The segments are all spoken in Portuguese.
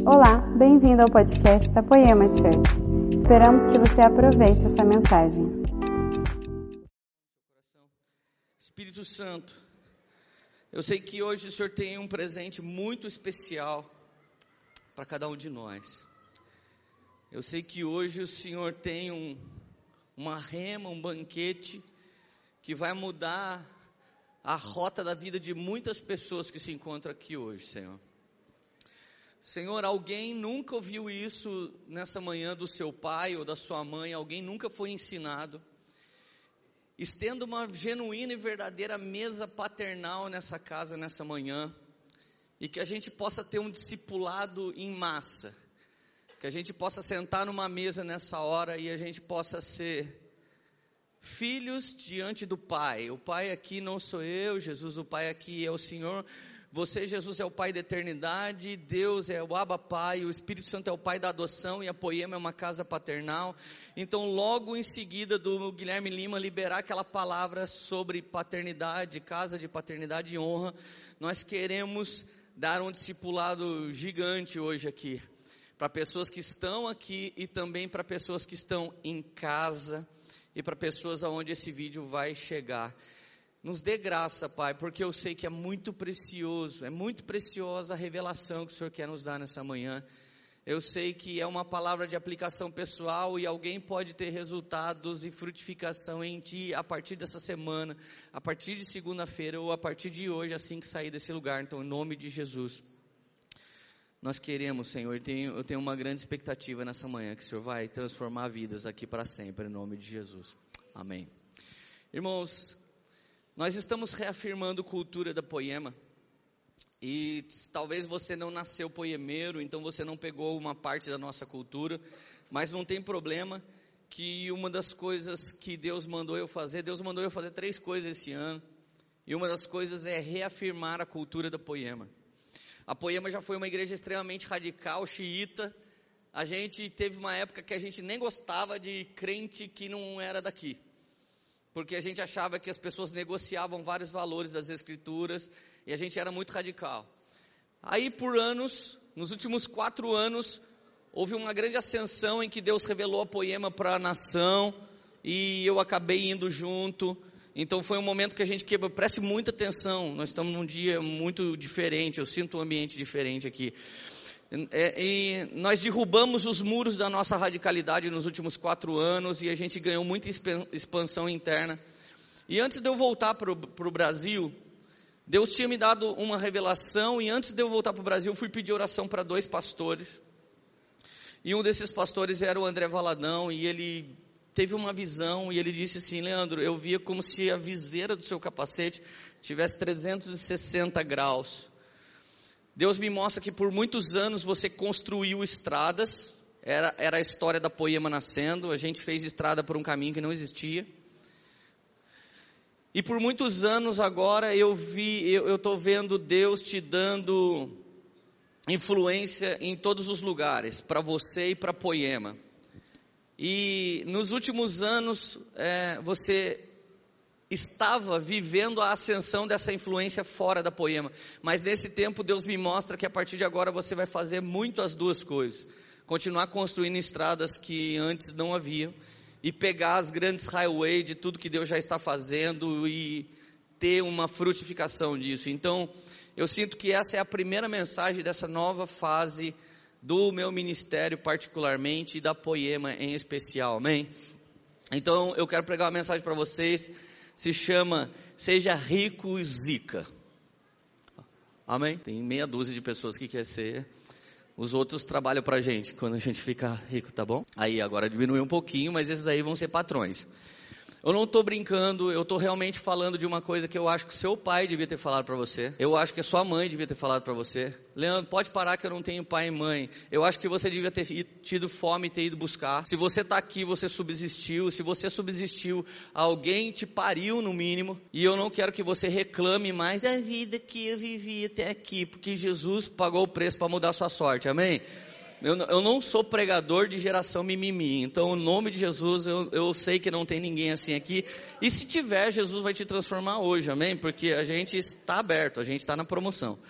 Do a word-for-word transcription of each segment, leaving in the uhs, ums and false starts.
Olá, bem-vindo ao podcast da Poema Church. Esperamos que você aproveite essa mensagem. Espírito Santo, eu sei que hoje o Senhor tem um presente muito especial para cada um de nós. Eu sei que hoje o Senhor tem um, uma rema, um banquete que vai mudar a rota da vida de muitas pessoas que se encontram aqui hoje, Senhor. Senhor, alguém nunca ouviu isso nessa manhã do seu pai ou da sua mãe, alguém nunca foi ensinado. Estenda uma genuína e verdadeira mesa paternal nessa casa, nessa manhã, e que a gente possa ter um discipulado em massa, que a gente possa sentar numa mesa nessa hora e a gente possa ser filhos diante do Pai. O Pai aqui não sou eu, Jesus, o Pai aqui é o Senhor. Você, Jesus, é o Pai da eternidade, Deus é o Abba Pai, o Espírito Santo é o Pai da adoção e a Poema é uma casa paternal. Então, logo em seguida do Guilherme Lima liberar aquela palavra sobre paternidade, casa de paternidade e honra, nós queremos dar um discipulado gigante hoje aqui, para pessoas que estão aqui e também para pessoas que estão em casa e para pessoas aonde esse vídeo vai chegar. Nos dê graça, Pai, porque eu sei que é muito precioso, é muito preciosa a revelação que o Senhor quer nos dar nessa manhã. Eu sei que é uma palavra de aplicação pessoal e alguém pode ter resultados e frutificação em Ti a partir dessa semana, a partir de segunda-feira ou a partir de hoje, assim que sair desse lugar. Então, em nome de Jesus, nós queremos, Senhor, eu tenho, eu tenho uma grande expectativa nessa manhã, que o Senhor vai transformar vidas aqui para sempre, em nome de Jesus. Amém. Irmãos, nós estamos reafirmando a cultura da Poema, e talvez você não nasceu poemeiro, então você não pegou uma parte da nossa cultura, mas não tem problema, que uma das coisas que Deus mandou eu fazer, Deus mandou eu fazer três coisas esse ano, e uma das coisas é reafirmar a cultura da Poema. A Poema já foi uma igreja extremamente radical, xiita. A gente teve uma época que a gente nem gostava de crente que não era daqui, porque a gente achava que as pessoas negociavam vários valores das escrituras, e a gente era muito radical. Aí por anos, nos últimos quatro anos, houve uma grande ascensão em que Deus revelou a Poema para a nação, e eu acabei indo junto. Então foi um momento que a gente quebrou. Preste muita atenção, nós estamos num dia muito diferente, eu sinto um ambiente diferente aqui. É, e nós derrubamos os muros da nossa radicalidade nos últimos quatro anos, e a gente ganhou muita expansão interna. E antes de eu voltar para o Brasil, Deus tinha me dado uma revelação, e antes de eu voltar para o Brasil, eu fui pedir oração para dois pastores. E um desses pastores era o André Valadão, e ele teve uma visão, e ele disse assim: Leandro, eu via como se a viseira do seu capacete tivesse trezentos e sessenta graus. Deus me mostra que por muitos anos você construiu estradas, era, era a história da Poema nascendo, a gente fez estrada por um caminho que não existia. E por muitos anos agora eu vi, eu estou vendo Deus te dando influência em todos os lugares, para você e para a Poema. E nos últimos anos, é, você estava vivendo a ascensão dessa influência fora da Poema. Mas nesse tempo, Deus me mostra que a partir de agora você vai fazer muito as duas coisas. Continuar construindo estradas que antes não haviam, e pegar as grandes highways de tudo que Deus já está fazendo e ter uma frutificação disso. Então, eu sinto que essa é a primeira mensagem dessa nova fase do meu ministério particularmente e da Poema em especial, amém? Então eu quero pregar uma mensagem para vocês, se chama Seja Rico Zica, amém? Tem meia dúzia de pessoas que quer ser, os outros trabalham para a gente, quando a gente fica rico, tá bom? Aí agora diminuiu um pouquinho, mas esses aí vão ser patrões. Eu não estou brincando, eu estou realmente falando de uma coisa que eu acho que seu pai devia ter falado para você. Eu acho que a sua mãe devia ter falado para você. Leandro, pode parar que eu não tenho pai e mãe. Eu acho que você devia ter tido fome e ter ido buscar. Se você está aqui, você subsistiu. Se você subsistiu, alguém te pariu no mínimo. E eu não quero que você reclame mais da vida que eu vivi até aqui, porque Jesus pagou o preço para mudar a sua sorte, amém? Eu, eu não sou pregador de geração mimimi, então, em nome de Jesus, eu, eu sei que não tem ninguém assim aqui, e se tiver, Jesus vai te transformar hoje, amém? Porque a gente está aberto, a gente está na promoção.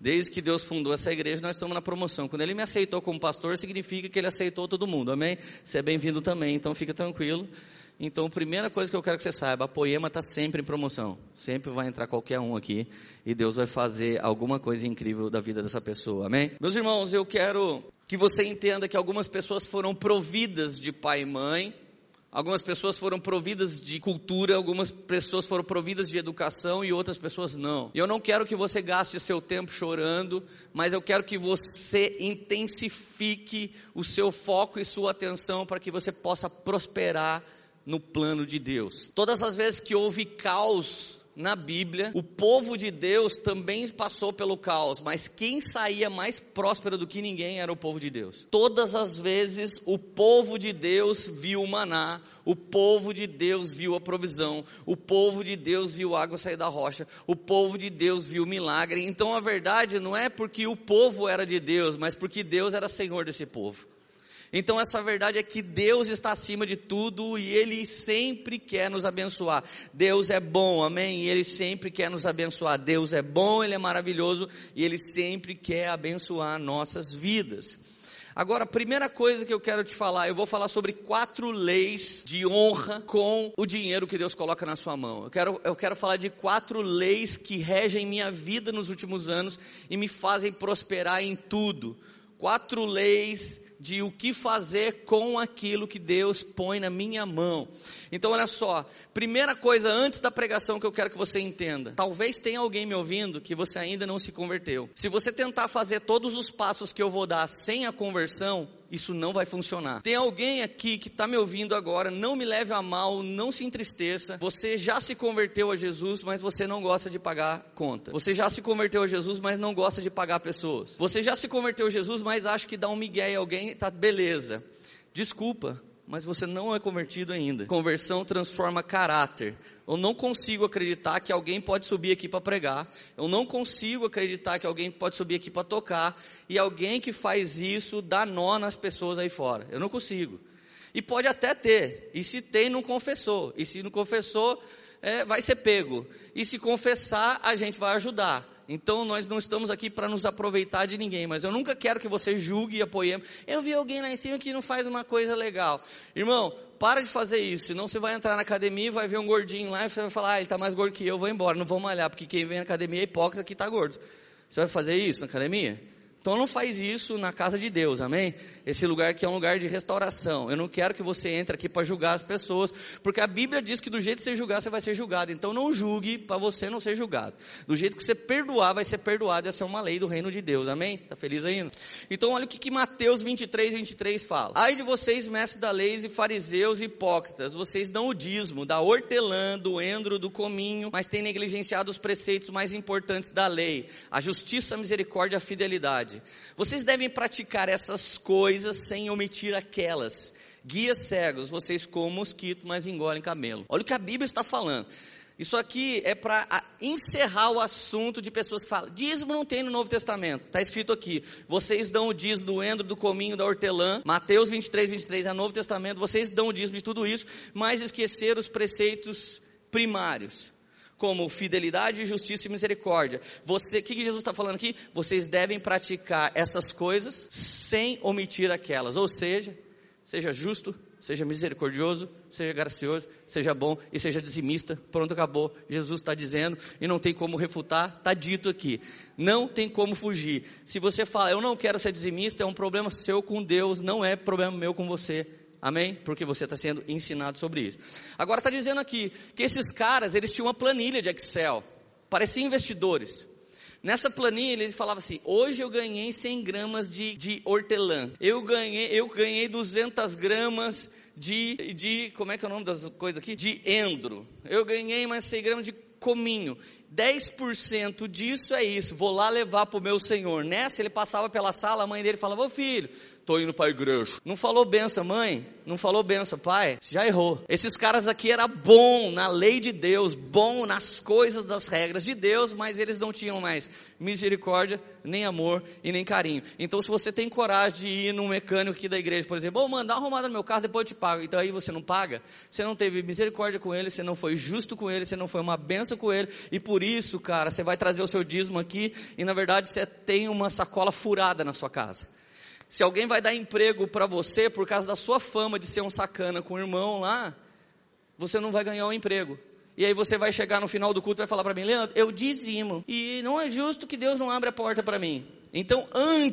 Desde que Deus fundou essa igreja, nós estamos na promoção. Quando Ele me aceitou como pastor, significa que Ele aceitou todo mundo, amém? Você é bem-vindo também, então fica tranquilo. Então, a primeira coisa que eu quero que você saiba, a Poema está sempre em promoção. Sempre vai entrar qualquer um aqui e Deus vai fazer alguma coisa incrível da vida dessa pessoa, amém? Meus irmãos, eu quero que você entenda que algumas pessoas foram providas de pai e mãe, algumas pessoas foram providas de cultura, algumas pessoas foram providas de educação e outras pessoas não. E eu não quero que você gaste seu tempo chorando, mas eu quero que você intensifique o seu foco e sua atenção para que você possa prosperar no plano de Deus. Todas as vezes que houve caos na Bíblia, o povo de Deus também passou pelo caos, mas quem saía mais próspero do que ninguém era o povo de Deus. Todas as vezes o povo de Deus viu o maná, o povo de Deus viu a provisão, o povo de Deus viu a água sair da rocha, o povo de Deus viu o milagre. Então a verdade não é porque o povo era de Deus, mas porque Deus era Senhor desse povo. Então essa verdade é que Deus está acima de tudo e Ele sempre quer nos abençoar. Deus é bom, amém? E Ele sempre quer nos abençoar. Deus é bom, Ele é maravilhoso e Ele sempre quer abençoar nossas vidas. Agora, a primeira coisa que eu quero te falar, eu vou falar sobre quatro leis de honra com o dinheiro que Deus coloca na sua mão. Eu quero, eu quero falar de quatro leis que regem minha vida nos últimos anos e me fazem prosperar em tudo. Quatro leis de o que fazer com aquilo que Deus põe na minha mão. Então olha só, primeira coisa antes da pregação que eu quero que você entenda, talvez tenha alguém me ouvindo que você ainda não se converteu. Se você tentar fazer todos os passos que eu vou dar sem a conversão, isso não vai funcionar. Tem alguém aqui que está me ouvindo agora, não me leve a mal, não se entristeça, você já se converteu a Jesus, mas você não gosta de pagar conta. Você já se converteu a Jesus, mas não gosta de pagar pessoas. Você já se converteu a Jesus, mas acha que dá um migué em alguém, tá beleza. Desculpa, mas você não é convertido ainda. Conversão transforma caráter. Eu não consigo acreditar que alguém pode subir aqui para pregar. Eu não consigo acreditar que alguém pode subir aqui para tocar. E alguém que faz isso dá nó nas pessoas aí fora. Eu não consigo. E pode até ter. E se tem, não confessou. E se não confessou, é, vai ser pego. E se confessar, a gente vai ajudar. Então nós não estamos aqui para nos aproveitar de ninguém, mas eu nunca quero que você julgue e apoie. Eu vi alguém lá em cima que não faz uma coisa legal. Irmão, para de fazer isso, senão você vai entrar na academia e vai ver um gordinho lá e você vai falar, ah, ele está mais gordo que eu, vou embora, não vou malhar, porque quem vem na academia é hipócrita que está gordo. Você vai fazer isso na academia? Então não faz isso na casa de Deus, amém? Esse lugar aqui é um lugar de restauração. Eu não quero que você entre aqui para julgar as pessoas, porque a Bíblia diz que do jeito que você julgar, você vai ser julgado. Então não julgue para você não ser julgado. Do jeito que você perdoar, vai ser perdoado. Essa é uma lei do reino de Deus, amém? Está feliz ainda? Então olha o que, que Mateus vinte e três, vinte e três fala. Ai de vocês, mestres da lei e fariseus e hipócritas, vocês dão o dízimo da hortelã, do endro, do cominho, mas têm negligenciado os preceitos mais importantes da lei, a justiça, a misericórdia e a fidelidade. Vocês devem praticar essas coisas sem omitir aquelas. Guias cegos, vocês comem mosquito, mas engolem camelo. Olha o que a Bíblia está falando. Isso aqui é para encerrar o assunto de pessoas que falam, dízimo não tem no Novo Testamento. Está escrito aqui, vocês dão o dízimo do endro, do cominho, da hortelã. Mateus vinte e três, vinte e três é Novo Testamento. Vocês dão o dízimo de tudo isso, mas esqueceram os preceitos primários, como fidelidade, justiça e misericórdia. Você, o que, que Jesus está falando aqui? Vocês devem praticar essas coisas sem omitir aquelas. Ou seja, seja justo, seja misericordioso, seja gracioso, seja bom e seja dizimista. Pronto, acabou. Jesus está dizendo e não tem como refutar, está dito aqui. Não tem como fugir. Se você fala, eu não quero ser dizimista, é um problema seu com Deus, não é problema meu com você. Amém? Porque você está sendo ensinado sobre isso. Agora está dizendo aqui que esses caras, eles tinham uma planilha de Excel. Pareciam investidores. Nessa planilha ele falava assim, hoje eu ganhei cem gramas de, de hortelã. Eu ganhei, eu ganhei duzentas gramas de, de, como é que é o nome das coisas aqui? De endro. Eu ganhei mais cem gramas de cominho. dez por cento disso é isso, vou lá levar para o meu Senhor. Nessa ele passava pela sala, a mãe dele falava, ô filho, estou indo para a igreja. Não falou benção, mãe? Não falou benção, pai? Já errou. Esses caras aqui eram bom na lei de Deus, bom nas coisas das regras de Deus, mas eles não tinham mais misericórdia, nem amor e nem carinho. Então se você tem coragem de ir num mecânico aqui da igreja, por exemplo, ô, mano, dá uma arrumada no meu carro, depois eu te pago. Então aí você não paga, você não teve misericórdia com ele, você não foi justo com ele, você não foi uma benção com ele, e por isso, cara, você vai trazer o seu dízimo aqui e na verdade você tem uma sacola furada na sua casa. Se alguém vai dar emprego para você por causa da sua fama de ser um sacana com o irmão lá, você não vai ganhar um emprego. E aí você vai chegar no final do culto e vai falar para mim: Leandro, eu dizimo, e não é justo que Deus não abra a porta para mim. Então,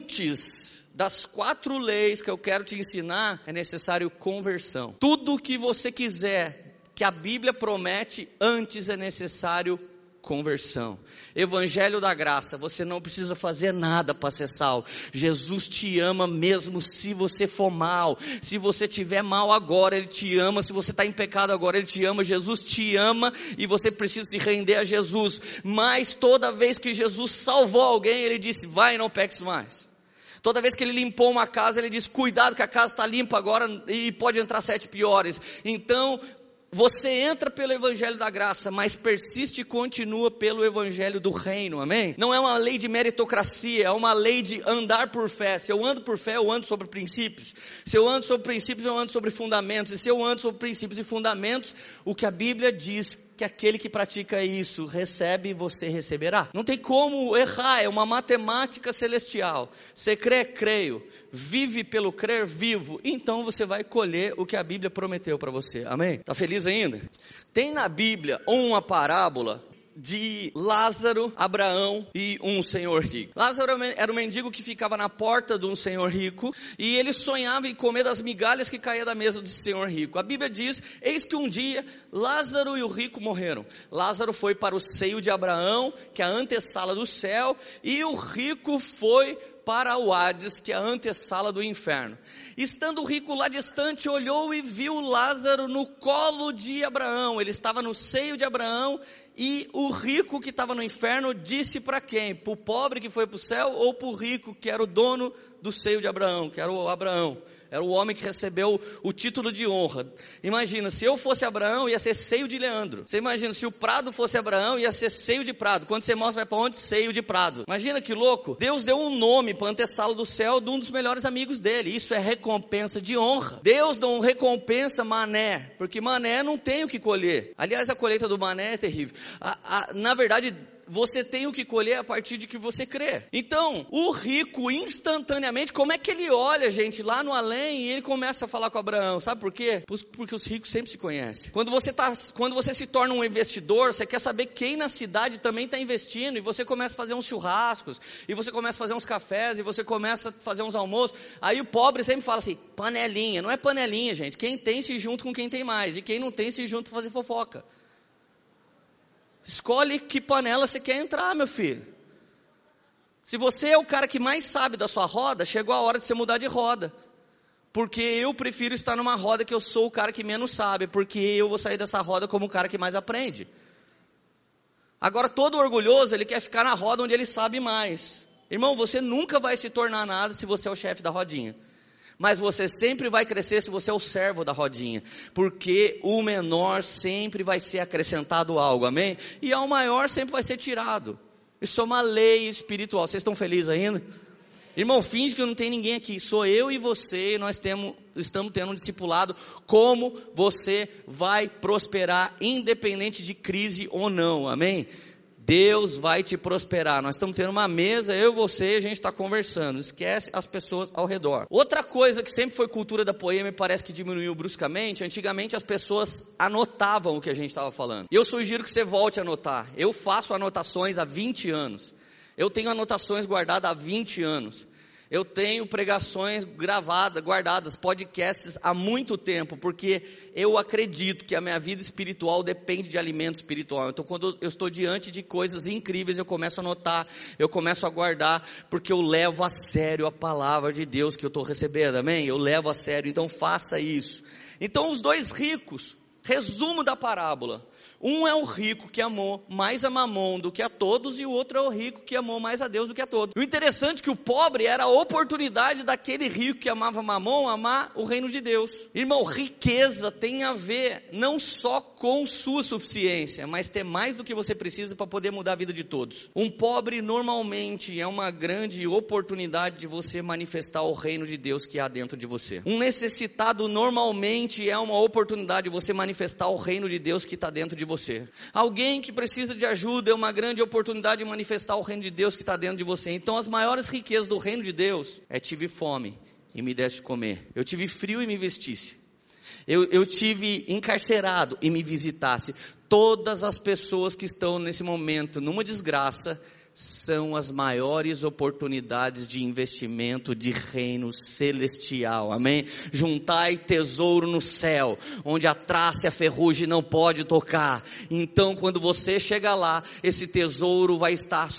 antes das quatro leis que eu quero te ensinar, é necessário conversão. Tudo que você quiser, que a Bíblia promete, antes é necessário conversão. Evangelho da graça, você não precisa fazer nada para ser salvo. Jesus te ama mesmo se você for mal. Se você tiver mal agora, Ele te ama. Se você está em pecado agora, Ele te ama. Jesus te ama e você precisa se render a Jesus. Mas toda vez que Jesus salvou alguém, Ele disse: vai e não peques mais. Toda vez que Ele limpou uma casa, Ele disse: cuidado que a casa está limpa agora e pode entrar sete piores. Então, você entra pelo Evangelho da graça, mas persiste e continua pelo Evangelho do reino, amém? Não é uma lei de meritocracia, é uma lei de andar por fé. Se eu ando por fé, eu ando sobre princípios. Se eu ando sobre princípios, eu ando sobre fundamentos. E se eu ando sobre princípios e fundamentos, o que a Bíblia diz, que aquele que pratica isso recebe e você receberá. Não tem como errar, é uma matemática celestial. Você crê, creio. Vive pelo crer, vivo. Então você vai colher o que a Bíblia prometeu para você, amém? Está feliz ainda? Tem na Bíblia uma parábola de Lázaro, Abraão e um senhor rico. Lázaro era um mendigo que ficava na porta de um senhor rico e ele sonhava em comer das migalhas que caía da mesa desse senhor rico. A Bíblia diz: eis que um dia Lázaro e o rico morreram. Lázaro foi para o seio de Abraão, que é a antessala do céu, e o rico foi para o Hades, que é a antessala do inferno. Estando o rico lá distante, olhou e viu Lázaro no colo de Abraão. Ele estava no seio de Abraão. E o rico que estava no inferno disse para quem? Para o pobre que foi para o céu ou para o rico que era o dono do seio de Abraão, que era o Abraão? Era o homem que recebeu o título de honra. Imagina, se eu fosse Abraão, ia ser seio de Leandro. Você imagina, se o Prado fosse Abraão, ia ser seio de Prado. Quando você mostra, vai para onde? Seio de Prado. Imagina que louco. Deus deu um nome para a antessala do céu de um dos melhores amigos dele. Isso é recompensa de honra. Deus não recompensa mané, porque mané não tem o que colher. Aliás, a colheita do mané é terrível. A, a, na verdade, você tem o que colher a partir de que você crê. Então, o rico instantaneamente, como é que ele olha, gente, lá no além, e ele começa a falar com Abraão? Sabe por quê? Porque os ricos sempre se conhecem. Quando você, tá, quando você se torna um investidor, você quer saber quem na cidade também está investindo, e você começa a fazer uns churrascos, e você começa a fazer uns cafés, e você começa a fazer uns almoços. Aí o pobre sempre fala assim: panelinha. Não é panelinha, gente. Quem tem se junta com quem tem mais, e quem não tem se junta para fazer fofoca. Escolhe que panela você quer entrar, meu filho. Se você é o cara que mais sabe da sua roda, chegou a hora de você mudar de roda. Porque eu prefiro estar numa roda que eu sou o cara que menos sabe, porque eu vou sair dessa roda como o cara que mais aprende. Agora, todo orgulhoso, ele quer ficar na roda onde ele sabe mais. Irmão, você nunca vai se tornar nada se você é o chefe da rodinha. Mas você sempre vai crescer se você é o servo da rodinha, porque o menor sempre vai ser acrescentado algo, amém? E ao maior sempre vai ser tirado. Isso é uma lei espiritual. Vocês estão felizes ainda? Irmão, finge que não tem ninguém aqui, sou eu e você, e nós temos, estamos tendo um discipulado, como você vai prosperar, independente de crise ou não, amém? Deus vai te prosperar. Nós estamos tendo uma mesa, eu e você, a gente está conversando. Esquece as pessoas ao redor. Outra coisa que sempre foi cultura da Poema e parece que diminuiu bruscamente, antigamente as pessoas anotavam o que a gente estava falando. E eu sugiro que você volte a anotar. Eu faço anotações há vinte anos. Eu tenho anotações guardadas há vinte anos. Eu tenho pregações gravadas, guardadas, podcasts há muito tempo, porque eu acredito que a minha vida espiritual depende de alimento espiritual. Então, quando eu estou diante de coisas incríveis, eu começo a anotar, eu começo a guardar, porque eu levo a sério a palavra de Deus que eu estou recebendo, amém? Eu levo a sério, então faça isso. Então, os dois ricos, resumo da parábola. Um é o rico que amou mais a Mamon do que a todos, e o outro é o rico que amou mais a Deus do que a todos. O interessante é que o pobre era a oportunidade daquele rico que amava Mamon amar o reino de Deus. Irmão, riqueza tem a ver não só com sua suficiência, mas ter mais do que você precisa para poder mudar a vida de todos. Um pobre normalmente é uma grande oportunidade de você manifestar o reino de Deus que há dentro de você. Um necessitado normalmente é uma oportunidade de você manifestar o reino de Deus que está dentro de você. você. Alguém que precisa de ajuda é uma grande oportunidade de manifestar o reino de Deus que está dentro de você. Então as maiores riquezas do reino de Deus é: tive fome e me deste comer, eu tive frio e me vestisse, eu, eu tive encarcerado e me visitasse. Todas as pessoas que estão nesse momento numa desgraça são as maiores oportunidades de investimento de reino celestial, amém? Juntai tesouro no céu, onde a traça e a ferrugem não pode tocar. Então quando você chegar lá, esse tesouro vai estar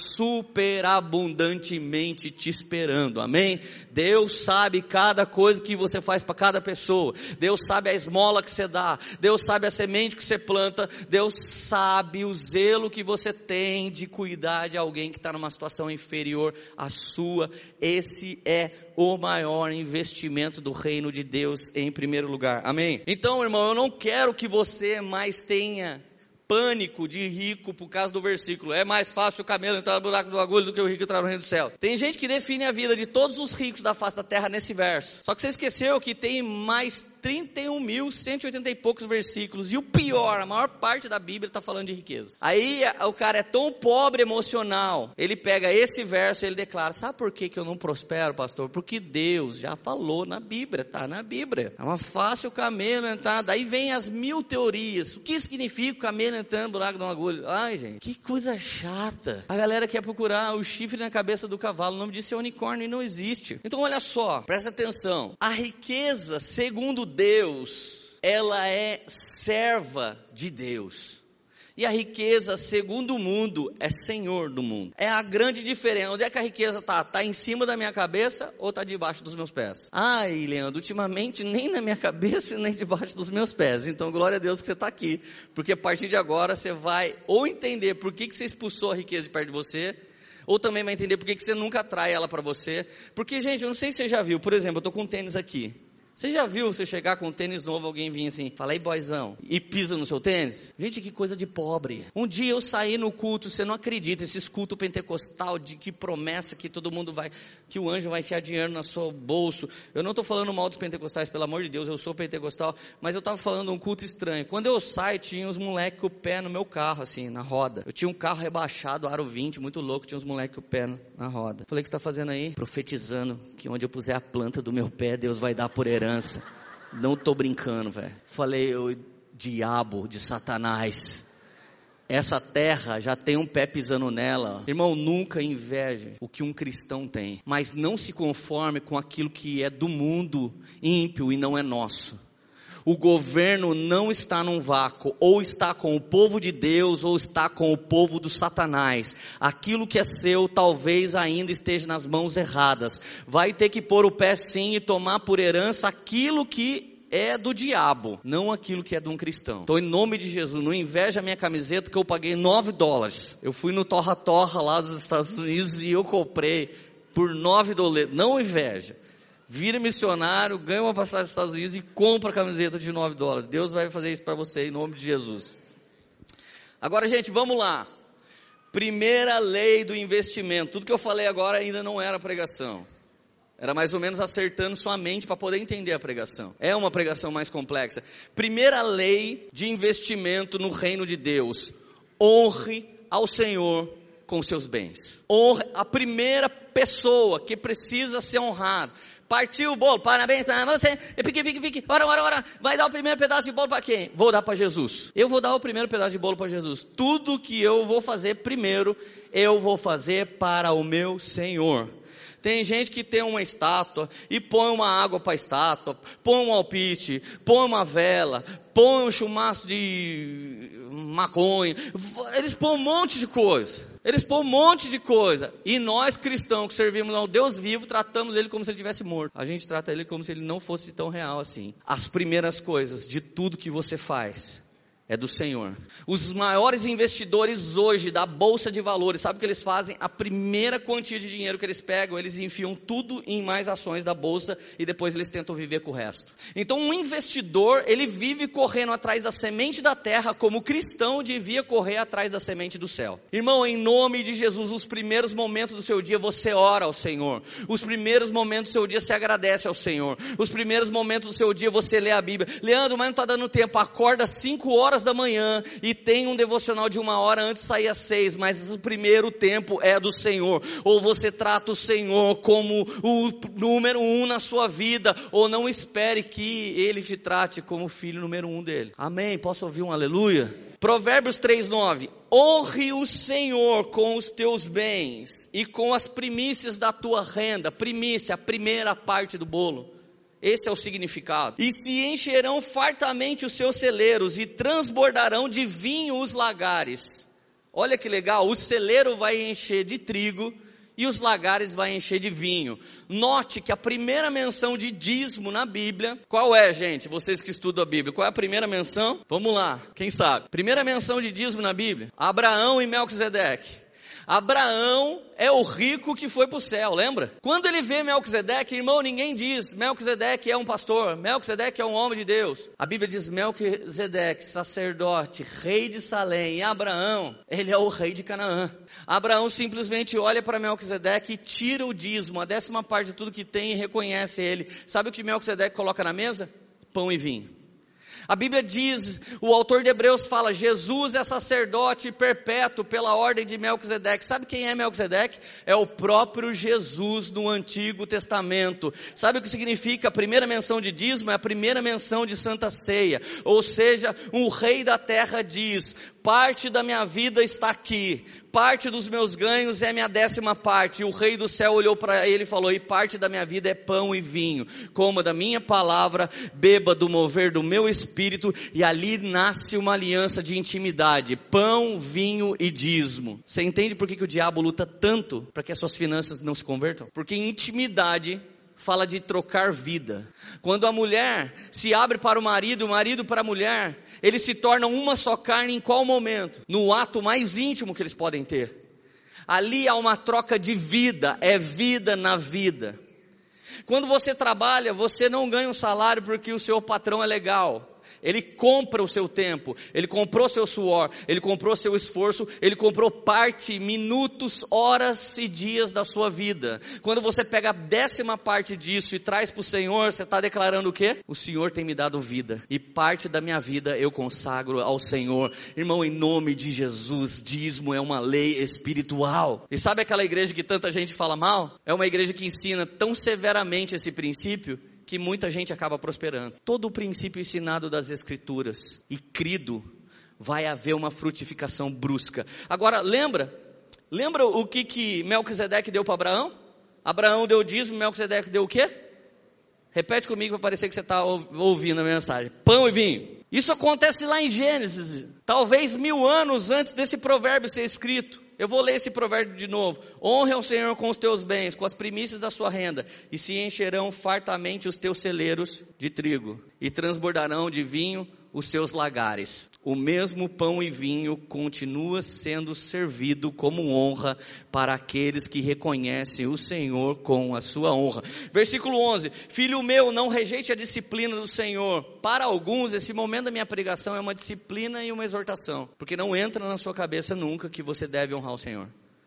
superabundantemente te esperando, amém? Deus sabe cada coisa que você faz para cada pessoa. Deus sabe a esmola que você dá, Deus sabe a semente que você planta, Deus sabe o zelo que você tem de cuidar de alguém que está numa situação inferior à sua. Esse é o maior investimento do reino de Deus em primeiro lugar, amém? Então, irmão, eu não quero que você mais tenha pânico de rico por causa do versículo: é mais fácil o camelo entrar no buraco do agulho do que o rico entrar no reino do céu. Tem gente que define a vida de todos os ricos da face da terra nesse verso. Só que você esqueceu que tem mais trinta e um mil, cento e oitenta e poucos versículos, e o pior, a maior parte da Bíblia está falando de riqueza. Aí o cara é tão pobre emocional, ele pega esse verso e ele declara: sabe por que que eu não prospero, pastor? Porque Deus já falou na Bíblia, está na Bíblia. É uma fácil o camelo entrar. Daí vem as mil teorias. O que significa o camelo entrando no buraco de uma agulha? Ai, gente, que coisa chata. A galera quer procurar o chifre na cabeça do cavalo. O nome disso é unicórnio e não existe. Então olha só, presta atenção. A riqueza, segundo Deus, ela é serva de Deus. E a riqueza, segundo o mundo, é senhor do mundo. É a grande diferença. Onde é que a riqueza está? Está em cima da minha cabeça ou está debaixo dos meus pés? Ai, Leandro, ultimamente nem na minha cabeça e nem debaixo dos meus pés. Então, glória a Deus que você está aqui. Porque a partir de agora você vai ou entender por que que você expulsou a riqueza de perto de você, ou também vai entender por que que você nunca atrai ela para você. Porque, gente, eu não sei se você já viu. Por exemplo, eu estou com um tênis aqui. Você já viu você chegar com um tênis novo, alguém vir assim: fala aí, boyzão, e pisa no seu tênis? Gente, que coisa de pobre. Um dia eu saí no culto, você não acredita, esses cultos pentecostal, de que promessa que todo mundo vai, que o anjo vai enfiar dinheiro no seu bolso. Eu não estou falando mal dos pentecostais, pelo amor de Deus, eu sou pentecostal, mas eu estava falando um culto estranho. Quando eu saio, tinha uns moleques com o pé no meu carro, assim, na roda. Eu tinha um carro rebaixado, aro vinte, muito louco, tinha uns moleques com o pé na roda. Falei: o que você está fazendo aí? Profetizando que onde eu puser a planta do meu pé, Deus vai dar por herança. Não tô brincando, velho. Falei: o diabo de Satanás, essa terra já tem um pé pisando nela. Irmão, nunca inveje o que um cristão tem, mas não se conforme com aquilo que é do mundo ímpio e não é nosso. O governo não está num vácuo, ou está com o povo de Deus, ou está com o povo do Satanás. Aquilo que é seu, talvez ainda esteja nas mãos erradas. Vai ter que pôr o pé sim e tomar por herança aquilo que é do diabo, não aquilo que é de um cristão. Então, em nome de Jesus, não inveja a minha camiseta que eu paguei nove dólares. Eu fui no Torra Torra lá dos Estados Unidos e eu comprei por nove dólares. Não inveja. Vira missionário, ganha uma passagem dos Estados Unidos e compra a camiseta de nove dólares. Deus vai fazer isso para você em nome de Jesus. Agora, gente, vamos lá. Primeira lei do investimento. Tudo que eu falei agora ainda não era pregação. Era mais ou menos acertando sua mente para poder entender a pregação. É uma pregação mais complexa. Primeira lei de investimento no reino de Deus: honre ao Senhor com seus bens. Honre a primeira pessoa que precisa ser honrada. Partiu o bolo, parabéns para você, pique, pique, pique, ora, ora, ora, vai dar o primeiro pedaço de bolo para quem? Vou dar para Jesus. Eu vou dar o primeiro pedaço de bolo para Jesus. Tudo que eu vou fazer primeiro, eu vou fazer para o meu Senhor. Tem gente que tem uma estátua e põe uma água para a estátua, põe um alpiste, põe uma vela, põe um chumaço de maconha, eles põem um monte de coisa. Eles põem um monte de coisa. E nós cristãos que servimos ao Deus vivo, tratamos ele como se ele tivesse morto. A gente trata ele como se ele não fosse tão real assim. As primeiras coisas de tudo que você faz é do Senhor. Os maiores investidores hoje da Bolsa de Valores, sabe o que eles fazem? A primeira quantia de dinheiro que eles pegam, eles enfiam tudo em mais ações da Bolsa e depois eles tentam viver com o resto. Então um investidor, ele vive correndo atrás da semente da terra como o cristão devia correr atrás da semente do céu. Irmão, em nome de Jesus, os primeiros momentos do seu dia você ora ao Senhor. Os primeiros momentos do seu dia você agradece ao Senhor. Os primeiros momentos do seu dia você lê a Bíblia. Leandro, mas não está dando tempo. Acorda cinco horas horas da manhã e tenha um devocional de uma hora antes de sair às seis, mas o primeiro tempo é do Senhor. Ou você trata o Senhor como o número um na sua vida, ou não espere que Ele te trate como o filho número um dele. Amém? Posso ouvir um aleluia? Provérbios três, nove. Honre o Senhor com os teus bens e com as primícias da tua renda. Primícia, a primeira parte do bolo. Esse é o significado. E se encherão fartamente os seus celeiros e transbordarão de vinho os lagares. Olha que legal, o celeiro vai encher de trigo e os lagares vai encher de vinho. Note que a primeira menção de dízimo na Bíblia, qual é, gente? Vocês que estudam a Bíblia, qual é a primeira menção? Vamos lá, quem sabe? Primeira menção de dízimo na Bíblia, Abraão e Melquisedeque. Abraão é o rico que foi para o céu, lembra? Quando ele vê Melquisedeque, irmão, ninguém diz Melquisedeque é um pastor, Melquisedeque é um homem de Deus. A Bíblia diz Melquisedeque, sacerdote, rei de Salém. E Abraão, ele é o rei de Canaã. Abraão simplesmente olha para Melquisedeque e tira o dízimo, a décima parte de tudo que tem, e reconhece ele. Sabe o que Melquisedeque coloca na mesa? Pão e vinho. A Bíblia diz, o autor de Hebreus fala, Jesus é sacerdote perpétuo pela ordem de Melquisedeque. Sabe quem é Melquisedeque? É o próprio Jesus no Antigo Testamento. Sabe o que significa? A primeira menção de dízimo é a primeira menção de Santa Ceia. Ou seja, um rei da terra diz, parte da minha vida está aqui, parte dos meus ganhos é minha décima parte. E o rei do céu olhou para ele e falou, e parte da minha vida é pão e vinho. Coma da minha palavra, beba do mover do meu espírito. E ali nasce uma aliança de intimidade, pão, vinho e dízimo. Você entende por que, que o diabo luta tanto para que as suas finanças não se convertam? Porque intimidade fala de trocar vida. Quando a mulher se abre para o marido, o marido para a mulher, eles se tornam uma só carne em qual momento? No ato mais íntimo que eles podem ter. Ali há uma troca de vida, é vida na vida. Quando você trabalha, você não ganha um salário porque o seu patrão é legal. Ele compra o seu tempo, ele comprou seu suor, ele comprou seu esforço, ele comprou parte, minutos, horas e dias da sua vida. Quando você pega a décima parte disso e traz para o Senhor, você está declarando o quê? O Senhor tem me dado vida, e parte da minha vida eu consagro ao Senhor. Irmão, em nome de Jesus, dízimo é uma lei espiritual. E sabe aquela igreja que tanta gente fala mal? É uma igreja que ensina tão severamente esse princípio, que muita gente acaba prosperando. Todo o princípio ensinado das Escrituras e crido, vai haver uma frutificação brusca. Agora, lembra? Lembra o que, que Melquisedeque deu para Abraão? Abraão deu dízimo, Melquisedeque deu o quê? Repete comigo para parecer que você está ouvindo a mensagem. Pão e vinho. Isso acontece lá em Gênesis, talvez mil anos antes desse provérbio ser escrito. Eu vou ler esse provérbio de novo. Honre ao Senhor com os teus bens, com as primícias da sua renda, e se encherão fartamente os teus celeiros de trigo, e transbordarão de vinho os seus lagares. O mesmo pão e vinho continua sendo servido como honra para aqueles que reconhecem o Senhor com a sua honra. Versículo onze. Filho meu, não rejeite a disciplina do Senhor. Para alguns, esse momento da minha pregação é uma disciplina e uma exortação, porque não entra na sua cabeça nunca que você deve honrar o Senhor.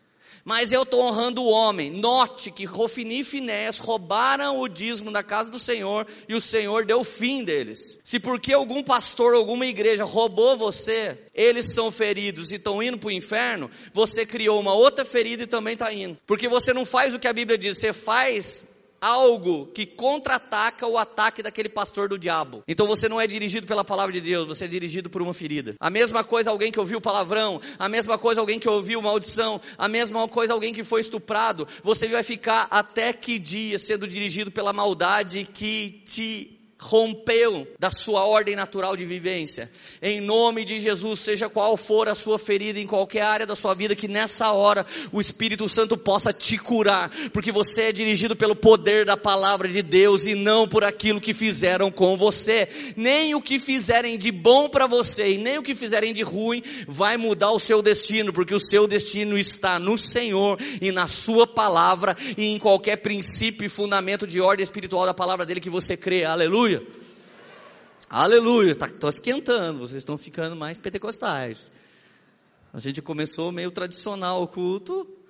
Mas eu estou honrando o homem. Note que Rofini e Finéias roubaram o dízimo da casa do Senhor, e o Senhor deu o fim deles. Se porque algum pastor, alguma igreja roubou você, eles são feridos e estão indo para o inferno, você criou uma outra ferida e também está indo. Porque você não faz o que a Bíblia diz, você faz algo que contra-ataca o ataque daquele pastor do diabo. Então você não é dirigido pela palavra de Deus, você é dirigido por uma ferida. A mesma coisa alguém que ouviu palavrão, a mesma coisa alguém que ouviu maldição, a mesma coisa alguém que foi estuprado. Você vai ficar até que dia sendo dirigido pela maldade que te rompeu da sua ordem natural de vivência. Em nome de Jesus, seja qual for a sua ferida em qualquer área da sua vida, que nessa hora o Espírito Santo possa te curar, porque você é dirigido pelo poder da palavra de Deus e não por aquilo que fizeram com você. Nem o que fizerem de bom para você e nem o que fizerem de ruim vai mudar o seu destino, porque o seu destino está no Senhor e na sua palavra e em qualquer princípio e fundamento de ordem espiritual da palavra dele que você crê. Aleluia. Aleluia, estou esquentando, vocês estão ficando mais pentecostais. A gente começou meio tradicional o culto,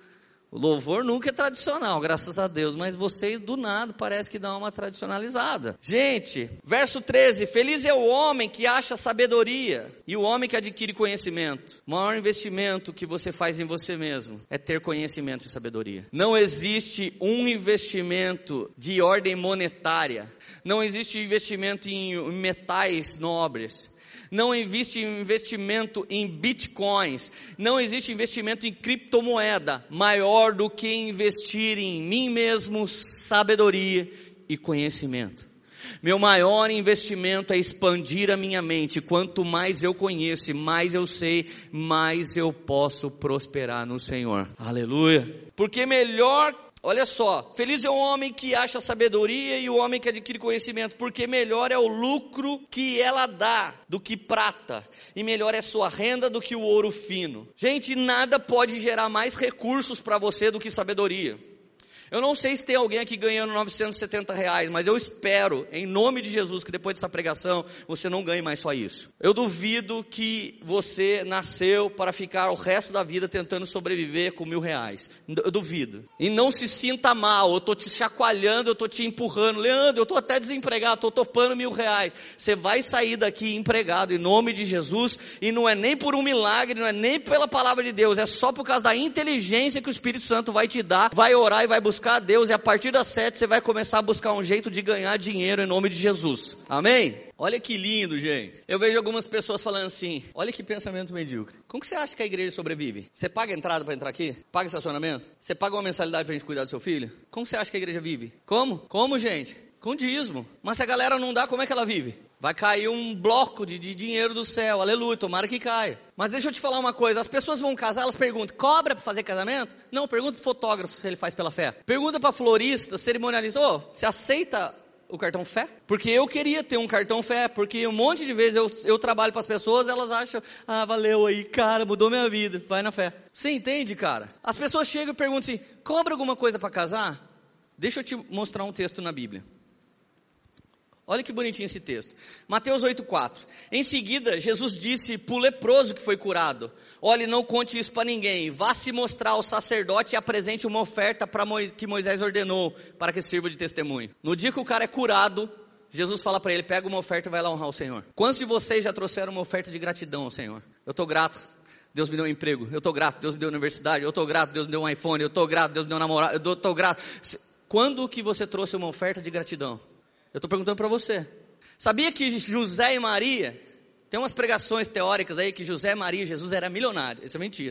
O louvor nunca é tradicional, graças a Deus, mas vocês do nada parece que dão uma tradicionalizada. Gente, verso treze, feliz é o homem que acha sabedoria e o homem que adquire conhecimento. O maior investimento que você faz em você mesmo é ter conhecimento e sabedoria. Não existe um investimento de ordem monetária, não existe investimento em metais nobres, não existe investimento em bitcoins, não existe investimento em criptomoeda maior do que investir em mim mesmo, sabedoria e conhecimento. Meu maior investimento é expandir a minha mente. Quanto mais eu conheço, mais eu sei, mais eu posso prosperar no Senhor. Aleluia. Porque melhor... Olha só, feliz é o homem que acha sabedoria e o homem que adquire conhecimento, porque melhor é o lucro que ela dá do que prata, e melhor é sua renda do que o ouro fino. Gente, nada pode gerar mais recursos para você do que sabedoria. Eu não sei se tem alguém aqui ganhando novecentos e setenta reais, mas eu espero, em nome de Jesus, que depois dessa pregação, você não ganhe mais só isso. Eu duvido que você nasceu para ficar o resto da vida tentando sobreviver com mil reais. Eu duvido. E não se sinta mal, eu estou te chacoalhando, eu estou te empurrando. Leandro, eu estou até desempregado, estou topando mil reais. Você vai sair daqui empregado, em nome de Jesus, e não é nem por um milagre, não é nem pela palavra de Deus, é só por causa da inteligência que o Espírito Santo vai te dar, vai orar e vai buscar buscar a Deus, e a partir das sete você vai começar a buscar um jeito de ganhar dinheiro em nome de Jesus, amém? Olha que lindo, gente. Eu vejo algumas pessoas falando assim, olha que pensamento medíocre. Como que você acha que a igreja sobrevive? Você paga a entrada para entrar aqui? Paga estacionamento? Você paga uma mensalidade para a gente cuidar do seu filho? Como você acha que a igreja vive? Como? Como, gente? Com dízimo. Mas se a galera não dá, como é que ela vive? Vai cair um bloco de, de dinheiro do céu, aleluia, tomara que caia. Mas deixa eu te falar uma coisa, as pessoas vão casar, elas perguntam, cobra para fazer casamento? Não, pergunta para o fotógrafo se ele faz pela fé. Pergunta para florista, cerimonialista, ô, você aceita o cartão fé? Porque eu queria ter um cartão fé, porque um monte de vezes eu, eu trabalho para as pessoas, elas acham, ah, valeu aí, cara, mudou minha vida, vai na fé. Você entende, cara? As pessoas chegam e perguntam assim, cobra alguma coisa para casar? Deixa eu te mostrar um texto na Bíblia. Olha que bonitinho esse texto. Mateus oito, quatro. Em seguida, Jesus disse para o leproso que foi curado, olhe, não conte isso para ninguém, vá se mostrar ao sacerdote e apresente uma oferta para Moisés, que Moisés ordenou, para que sirva de testemunho. No dia que o cara é curado, Jesus fala para ele, pega uma oferta e vai lá honrar o Senhor. Quantos de vocês já trouxeram uma oferta de gratidão ao Senhor? Eu estou grato, Deus me deu um emprego. Eu estou grato, Deus me deu uma universidade. Eu estou grato, Deus me deu um iPhone. Eu estou grato, Deus me deu um namorado. Eu estou grato. Quando que você trouxe uma oferta de gratidão? Eu estou perguntando para você. Sabia que José e Maria, tem umas pregações teóricas aí que José, Maria e Jesus eram milionários. Isso é mentira.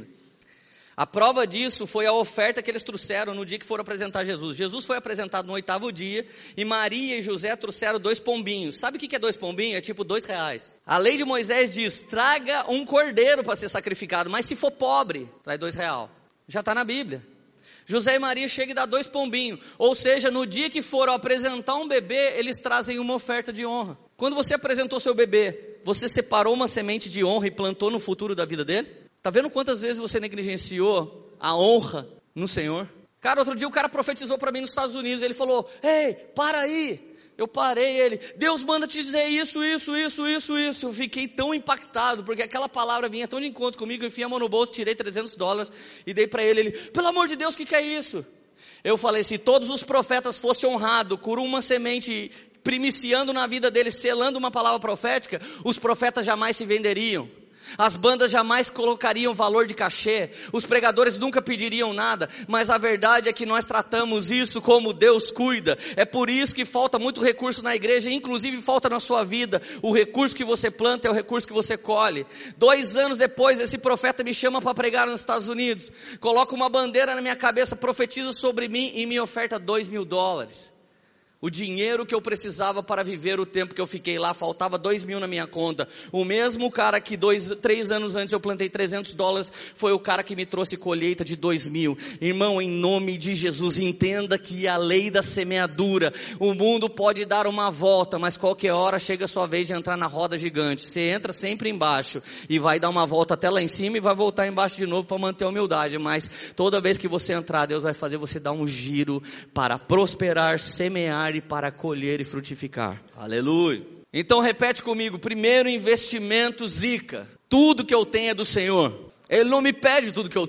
A prova disso foi a oferta que eles trouxeram no dia que foram apresentar Jesus. Jesus foi apresentado no oitavo dia e Maria e José trouxeram dois pombinhos. Sabe o que é dois pombinhos? É tipo dois reais. A lei de Moisés diz, traga um cordeiro para ser sacrificado, mas se for pobre, traz dois reais. Já está na Bíblia. José e Maria chegam e dão dois pombinhos, ou seja, no dia que foram apresentar um bebê, eles trazem uma oferta de honra. Quando você apresentou seu bebê, você separou uma semente de honra e plantou no futuro da vida dele? Está vendo quantas vezes você negligenciou a honra no Senhor? Cara, outro dia o cara profetizou para mim nos Estados Unidos, ele falou, ei, para aí. Eu parei, ele, Deus manda te dizer isso, isso, isso, isso, isso. Eu fiquei tão impactado, porque aquela palavra vinha tão de encontro comigo, eu enfiei a mão no bolso, tirei trezentos dólares e dei para ele, ele, pelo amor de Deus, o que, que é isso? Eu falei, se todos os profetas fossem honrados por uma semente primiciando na vida deles, selando uma palavra profética, os profetas jamais se venderiam. As bandas jamais colocariam valor de cachê, os pregadores nunca pediriam nada, mas a verdade é que nós tratamos isso como Deus cuida. É por isso que falta muito recurso na igreja, inclusive falta na sua vida. O recurso que você planta é o recurso que você colhe. Dois anos depois, esse profeta me chama para pregar nos Estados Unidos, coloca uma bandeira na minha cabeça, profetiza sobre mim e me oferta dois mil dólares. O dinheiro que eu precisava para viver o tempo que eu fiquei lá, faltava dois mil na minha conta. O mesmo cara que dois, três anos antes eu plantei trezentos dólares, foi o cara que me trouxe colheita de dois mil. Irmão, em nome de Jesus, entenda que a lei da semeadura, o mundo pode dar uma volta, mas qualquer hora chega a sua vez de entrar na roda gigante. Você entra sempre embaixo e vai dar uma volta até lá em cima e vai voltar embaixo de novo para manter a humildade. Mas toda vez que você entrar, Deus vai fazer você dar um giro para prosperar, semear e para colher e frutificar. Aleluia. Então repete comigo, primeiro investimento zica. Tudo que eu tenho é do Senhor. Ele não me pede tudo que eu tenho.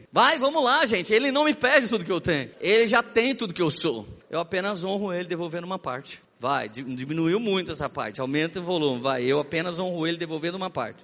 Vai, vamos lá, gente. Ele não me pede tudo que eu tenho. Ele já tem tudo que eu sou. Eu apenas honro ele devolvendo uma parte. Vai, diminuiu muito essa parte. Aumenta o volume. Vai, eu apenas honro ele devolvendo uma parte.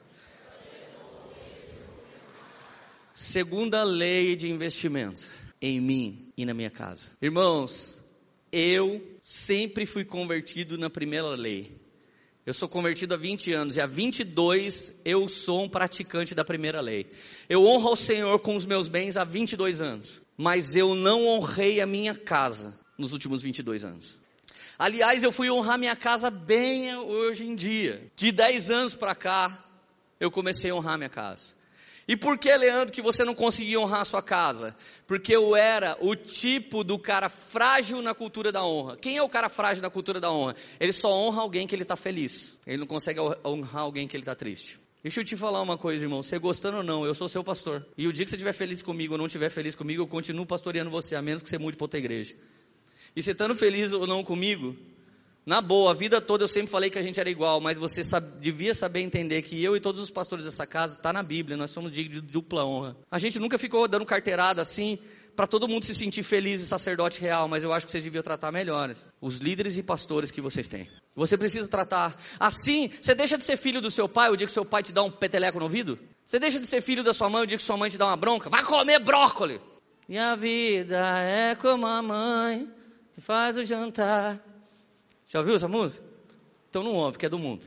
Segunda lei de investimento. Em mim e na minha casa. Irmãos, eu sempre fui convertido na primeira lei. Eu sou convertido há vinte anos e há vinte e dois eu sou um praticante da primeira lei. Eu honro ao Senhor com os meus bens há vinte e dois anos. Mas eu não honrei a minha casa nos últimos vinte e dois anos. Aliás, eu fui honrar minha casa bem hoje em dia. De dez anos para cá, eu comecei a honrar minha casa. E por que, Leandro, que você não conseguia honrar a sua casa? Porque eu era o tipo do cara frágil na cultura da honra. Quem é o cara frágil na cultura da honra? Ele só honra alguém que ele está feliz. Ele não consegue honrar alguém que ele está triste. Deixa eu te falar uma coisa, irmão. Você gostando ou não, eu sou seu pastor. E o dia que você estiver feliz comigo ou não estiver feliz comigo, eu continuo pastoreando você, a menos que você mude para outra igreja. E você estando feliz ou não comigo, na boa, a vida toda eu sempre falei que a gente era igual, mas você sabe, devia saber entender que eu e todos os pastores dessa casa, está na Bíblia, nós somos dignos de dupla honra. A gente nunca ficou dando carteirada assim, para todo mundo se sentir feliz e sacerdote real, mas eu acho que vocês deviam tratar melhor os líderes e pastores que vocês têm. Você precisa tratar assim. Você deixa de ser filho do seu pai o dia que seu pai te dá um peteleco no ouvido? Você deixa de ser filho da sua mãe o dia que sua mãe te dá uma bronca? Vai comer brócolis! Minha vida é como a mãe que faz o jantar. Já ouviu essa música? Então não ouve, porque é do mundo.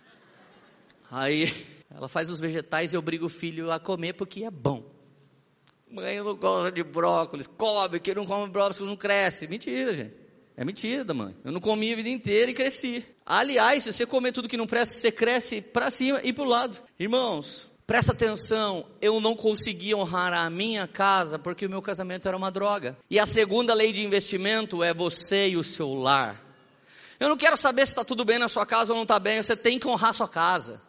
Aí ela faz os vegetais e obriga o filho a comer porque é bom. Mãe, eu não gosto de brócolis. Come, quem não come brócolis não cresce. Mentira, gente. É mentira da mãe. Eu não comi a vida inteira e cresci. Aliás, se você comer tudo que não presta, você cresce para cima e para o lado. Irmãos, presta atenção. Eu não consegui honrar a minha casa porque o meu casamento era uma droga. E a segunda lei de investimento é você e o seu lar. Eu não quero saber se está tudo bem na sua casa ou não está bem. Você tem que honrar a sua casa.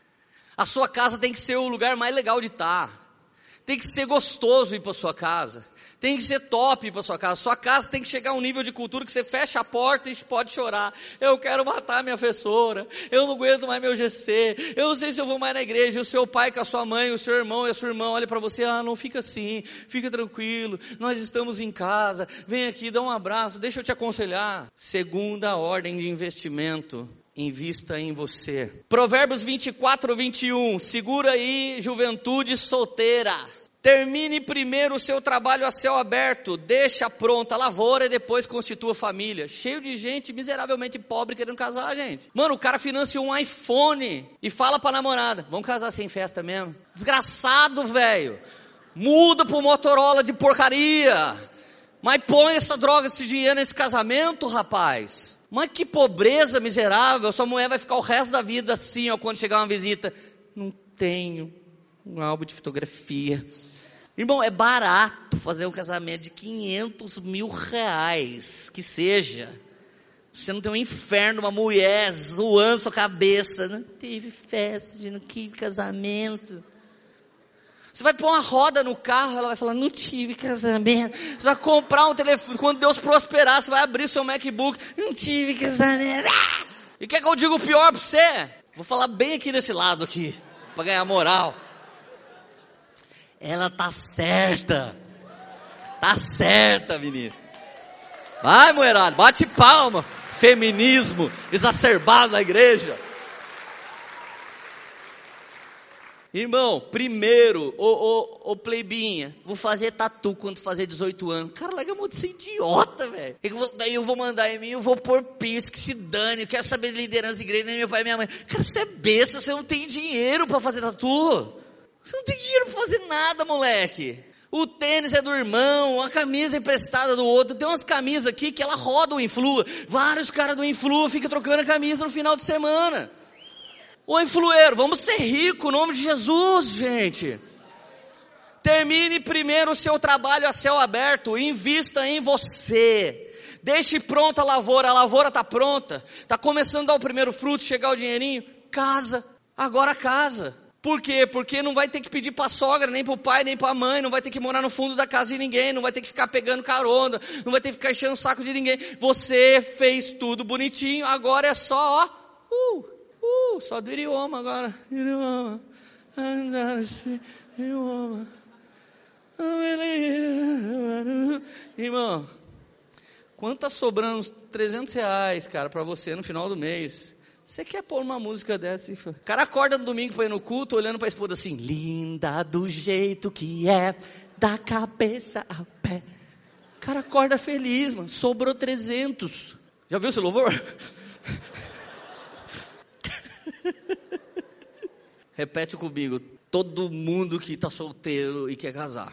A sua casa tem que ser o lugar mais legal de estar. Tem que ser gostoso ir para sua casa. Tem que ser top ir para sua casa. Sua casa tem que chegar a um nível de cultura que você fecha a porta e pode chorar. Eu quero matar minha professora. Eu não aguento mais meu G C. Eu não sei se eu vou mais na igreja. O seu pai com a sua mãe, o seu irmão e a sua irmã olha para você. Ah, não fica assim. Fica tranquilo. Nós estamos em casa. Vem aqui, dá um abraço. Deixa eu te aconselhar. Segunda ordem de investimento. Invista em você. Provérbios vinte e quatro, vinte e um. Segura aí, juventude solteira. Termine primeiro o seu trabalho a céu aberto. Deixa pronta a lavoura e depois constitua família. Cheio de gente miseravelmente pobre querendo casar, gente. Mano, o cara financia um iPhone e fala pra namorada: vamos casar sem festa mesmo? Desgraçado, velho. Muda pro Motorola de porcaria. Mas põe essa droga, esse dinheiro nesse casamento, rapaz. Mas que pobreza miserável. Sua mulher vai ficar o resto da vida assim, ó, quando chegar uma visita. Não tenho um álbum de fotografia. Irmão, é barato fazer um casamento de quinhentos mil reais, que seja. Você não tem um inferno, uma mulher zoando sua cabeça. Não teve festa, não tive casamento. Você vai pôr uma roda no carro, ela vai falar: não tive casamento. Você vai comprar um telefone, quando Deus prosperar, você vai abrir seu MacBook: não tive casamento. Ah! E quer que eu diga o pior pra você? Vou falar bem aqui desse lado aqui, pra ganhar moral. Ela tá certa. Tá certa, menina. Vai, mulherada, bate palma. Feminismo exacerbado na igreja. Irmão, primeiro, ô, ô, ô pleibinha, vou fazer tatu quando fazer dezoito anos. Cara, larga a mão de ser idiota, velho. Daí eu vou mandar em mim, eu vou pôr piercing, que se dane. Eu quero saber de liderança de igreja, nem meu pai e minha mãe. Cara, você é besta, você não tem dinheiro pra fazer tatu. Você não tem dinheiro pra fazer nada, moleque. O tênis é do irmão, a camisa é emprestada do outro. Tem umas camisas aqui que ela roda o Influa. Vários caras do Influa ficam trocando a camisa no final de semana. Ô influeiro, vamos ser ricos, em nome de Jesus, gente. Termine primeiro o seu trabalho a céu aberto. Invista em você. Deixe pronta a lavoura. A lavoura está pronta. Está começando a dar o primeiro fruto, chegar o dinheirinho. Casa, agora casa. Por quê? Porque não vai ter que pedir para a sogra, nem para o pai, nem para a mãe. Não vai ter que morar no fundo da casa de ninguém. Não vai ter que ficar pegando carona. Não vai ter que ficar enchendo o saco de ninguém. Você fez tudo bonitinho. Agora é só, ó. Uh, uh, só do idioma agora. Idioma. Idioma. Irmão, quanto tá sobrando uns trezentos reais, cara, pra você no final do mês? Você quer pôr uma música dessa? O cara acorda no domingo pra ir no culto, olhando pra esposa assim, linda do jeito que é, da cabeça ao pé. O cara acorda feliz, mano, sobrou trezentos. Já viu esse louvor? Repete comigo, todo mundo que tá solteiro e quer casar.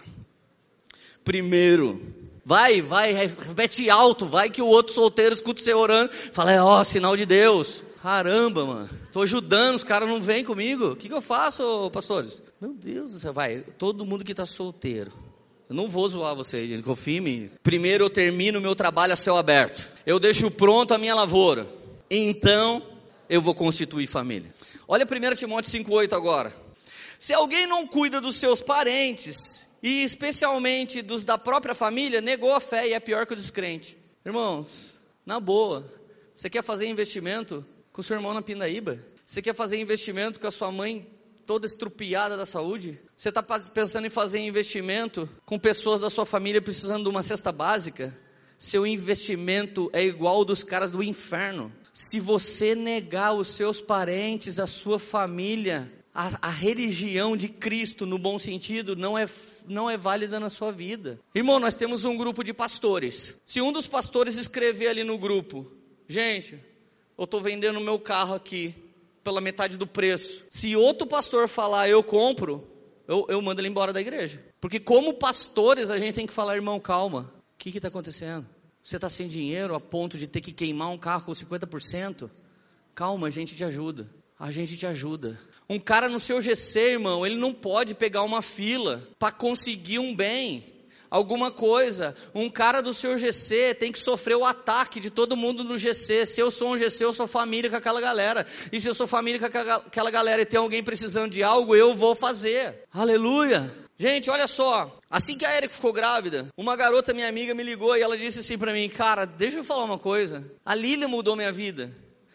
Primeiro, vai, vai, repete alto, vai que o outro solteiro escuta você orando, fala, é ó, sinal de Deus. Caramba, mano, tô ajudando, os caras não vêm comigo. O que que eu faço, pastores? Meu Deus do céu, vai, todo mundo que tá solteiro. Eu não vou zoar vocês, gente, confia em mim. Primeiro eu termino o meu trabalho a céu aberto. Eu deixo pronto a minha lavoura. Então, eu vou constituir família. Olha primeiro Timóteo cinco oito agora. Se alguém não cuida dos seus parentes, e especialmente dos da própria família, negou a fé e é pior que o descrente. Irmãos, na boa, você quer fazer investimento com o seu irmão na pindaíba? Você quer fazer investimento com a sua mãe toda estrupiada da saúde? Você está pensando em fazer investimento com pessoas da sua família precisando de uma cesta básica? Seu investimento é igual ao dos caras do inferno. Se você negar os seus parentes, a sua família, a, a religião de Cristo, no bom sentido, não é, não é válida na sua vida. Irmão, nós temos um grupo de pastores. Se um dos pastores escrever ali no grupo, gente, eu estou vendendo meu carro aqui pela metade do preço. Se outro pastor falar, eu compro, eu, eu mando ele embora da igreja. Porque como pastores, a gente tem que falar, irmão, calma. O que está acontecendo? Você está sem dinheiro a ponto de ter que queimar um carro com cinquenta por cento? Calma, a gente te ajuda. A gente te ajuda. Um cara no seu G C, irmão, ele não pode pegar uma fila para conseguir um bem, alguma coisa. Um cara do seu G C tem que sofrer o ataque de todo mundo no G C. Se eu sou um G C, eu sou família com aquela galera. E se eu sou família com aquela galera e tem alguém precisando de algo, eu vou fazer. Aleluia! Gente, olha só, assim que a Erika ficou grávida, uma garota, minha amiga, me ligou e ela disse assim pra mim, cara, deixa eu falar uma coisa, a Lília mudou minha vida,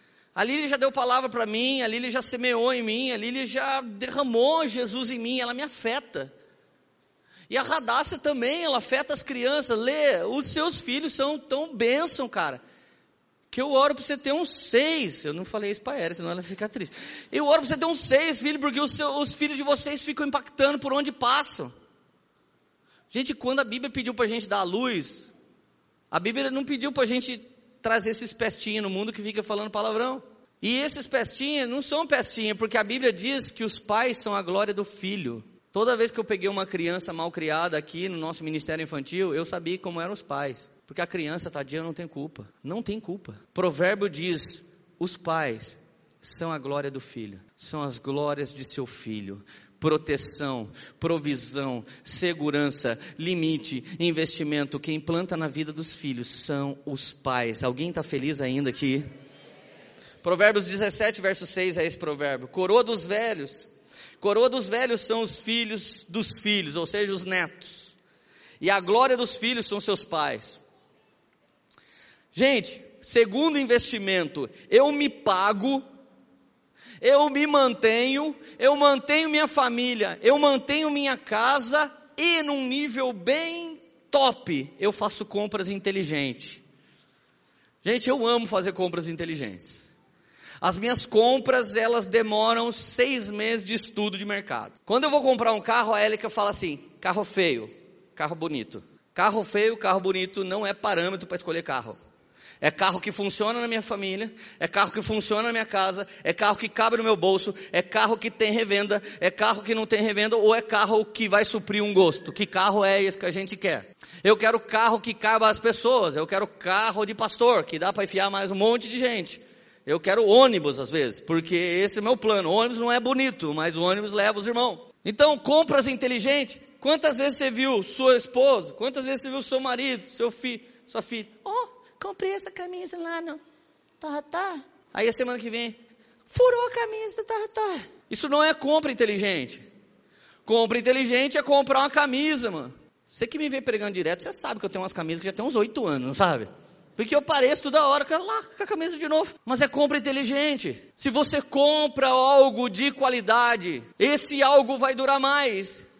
a Lília já deu palavra pra mim, a Lília já semeou em mim, a Lília já derramou Jesus em mim, ela me afeta, e a Radassa também, ela afeta as crianças. Lê, os seus filhos são tão bênção, cara, que eu oro para você ter uns seis. Eu não falei isso para ela, senão ela fica triste. Eu oro para você ter uns seis filhos, porque os, seus, os filhos de vocês ficam impactando por onde passam. Gente, quando a Bíblia pediu para a gente dar a luz, a Bíblia não pediu para a gente trazer esses pestinhos no mundo que fica falando palavrão. E esses pestinhos não são pestinhos, porque a Bíblia diz que os pais são a glória do filho. Toda vez que eu peguei uma criança mal criada aqui no nosso ministério infantil, eu sabia como eram os pais. Porque a criança, tadinha, não tem culpa. Não tem culpa. Provérbio diz, os pais são a glória do filho. São as glórias de seu filho. Proteção, provisão, segurança, limite, investimento. Quem planta na vida dos filhos são os pais. Alguém está feliz ainda aqui? Provérbios dezessete, verso seis é esse provérbio. Coroa dos velhos. Coroa dos velhos são os filhos dos filhos, ou seja, os netos. E a glória dos filhos são seus pais. Gente, segundo investimento, eu me pago, eu me mantenho, eu mantenho minha família, eu mantenho minha casa e num nível bem top, eu faço compras inteligentes. Gente, eu amo fazer compras inteligentes. As minhas compras, elas demoram seis meses de estudo de mercado. Quando eu vou comprar um carro, a Élica fala assim, carro feio, carro bonito. Carro feio, carro bonito não é parâmetro para escolher carro. É carro que funciona na minha família, é carro que funciona na minha casa, é carro que cabe no meu bolso, é carro que tem revenda, é carro que não tem revenda, ou é carro que vai suprir um gosto. Que carro é esse que a gente quer? Eu quero carro que caiba as pessoas, eu quero carro de pastor, que dá para enfiar mais um monte de gente. Eu quero ônibus às vezes, porque esse é o meu plano. O ônibus não é bonito, mas o ônibus leva os irmãos. Então, compras inteligentes. Quantas vezes você viu sua esposa, quantas vezes você viu seu marido, seu filho, sua filha? Oh, comprei essa camisa lá no Tarratá. Aí a semana que vem, furou a camisa do Tarratá. Isso não é compra inteligente. Compra inteligente é comprar uma camisa, mano. Você que me vê pregando direto, você sabe que eu tenho umas camisas que já tem uns oito anos, não sabe? Porque eu pareço toda hora lá com a camisa de novo. Mas é compra inteligente. Se você compra algo de qualidade, esse algo vai durar mais.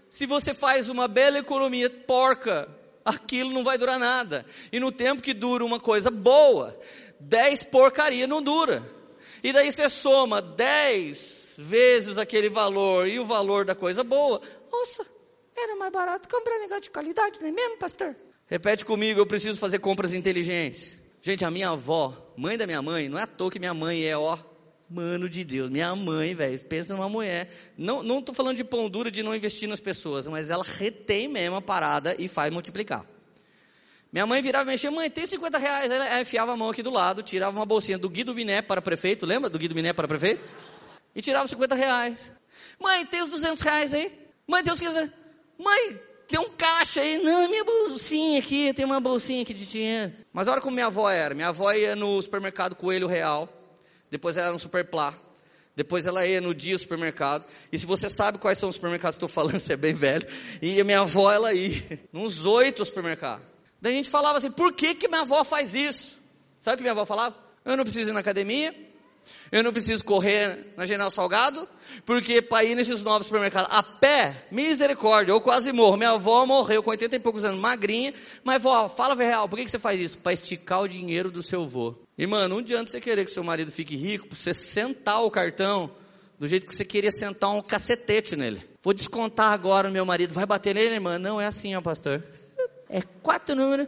se você faz uma bela economia porca, aquilo não vai durar nada. E no tempo que dura uma coisa boa, dez porcaria não dura. E daí você soma dez vezes aquele valor e o valor da coisa boa. Nossa, era mais barato comprar negócio de qualidade, não é mesmo, pastor? Repete comigo, eu preciso fazer compras inteligentes. Gente, a minha avó, mãe da minha mãe, não é à toa que minha mãe é, ó, mano de Deus. Minha mãe, velho, pensa numa mulher. Não, não tô falando de pão duro, de não investir nas pessoas, mas ela retém mesmo a parada e faz multiplicar. Minha mãe virava e mexia, mãe, tem cinquenta reais. Ela enfiava a mão aqui do lado, tirava uma bolsinha do Guido Miné para prefeito, lembra do Guido Miné para prefeito? E tirava cinquenta reais. Mãe, tem os duzentos reais aí? Mãe, tem os quinhentos. Mãe, tem um caixa aí. Não, minha bolsinha aqui, tem uma bolsinha aqui de dinheiro. Mas olha como minha avó era. Minha avó ia no supermercado Coelho Real, depois ela era no Superplá, depois ela ia no Dia Supermercado. E se você sabe quais são os supermercados que estou falando, você é bem velho. E a minha avó, ela ia nos oito supermercados. Daí a gente falava assim, por que que minha avó faz isso? Sabe o que minha avó falava? Eu não preciso ir na academia, eu não preciso correr na General Salgado, porque para ir nesses novos supermercados a pé, misericórdia, eu quase morro. Minha avó morreu com oitenta e poucos anos, magrinha, mas vó, fala real, por que que você faz isso? Para esticar o dinheiro do seu vô. E mano, não adianta você querer que seu marido fique rico, para você sentar o cartão do jeito que você queria sentar um cacetete nele. Vou descontar agora o meu marido, vai bater nele, irmã? Não, é assim, ó pastor. É quatro números.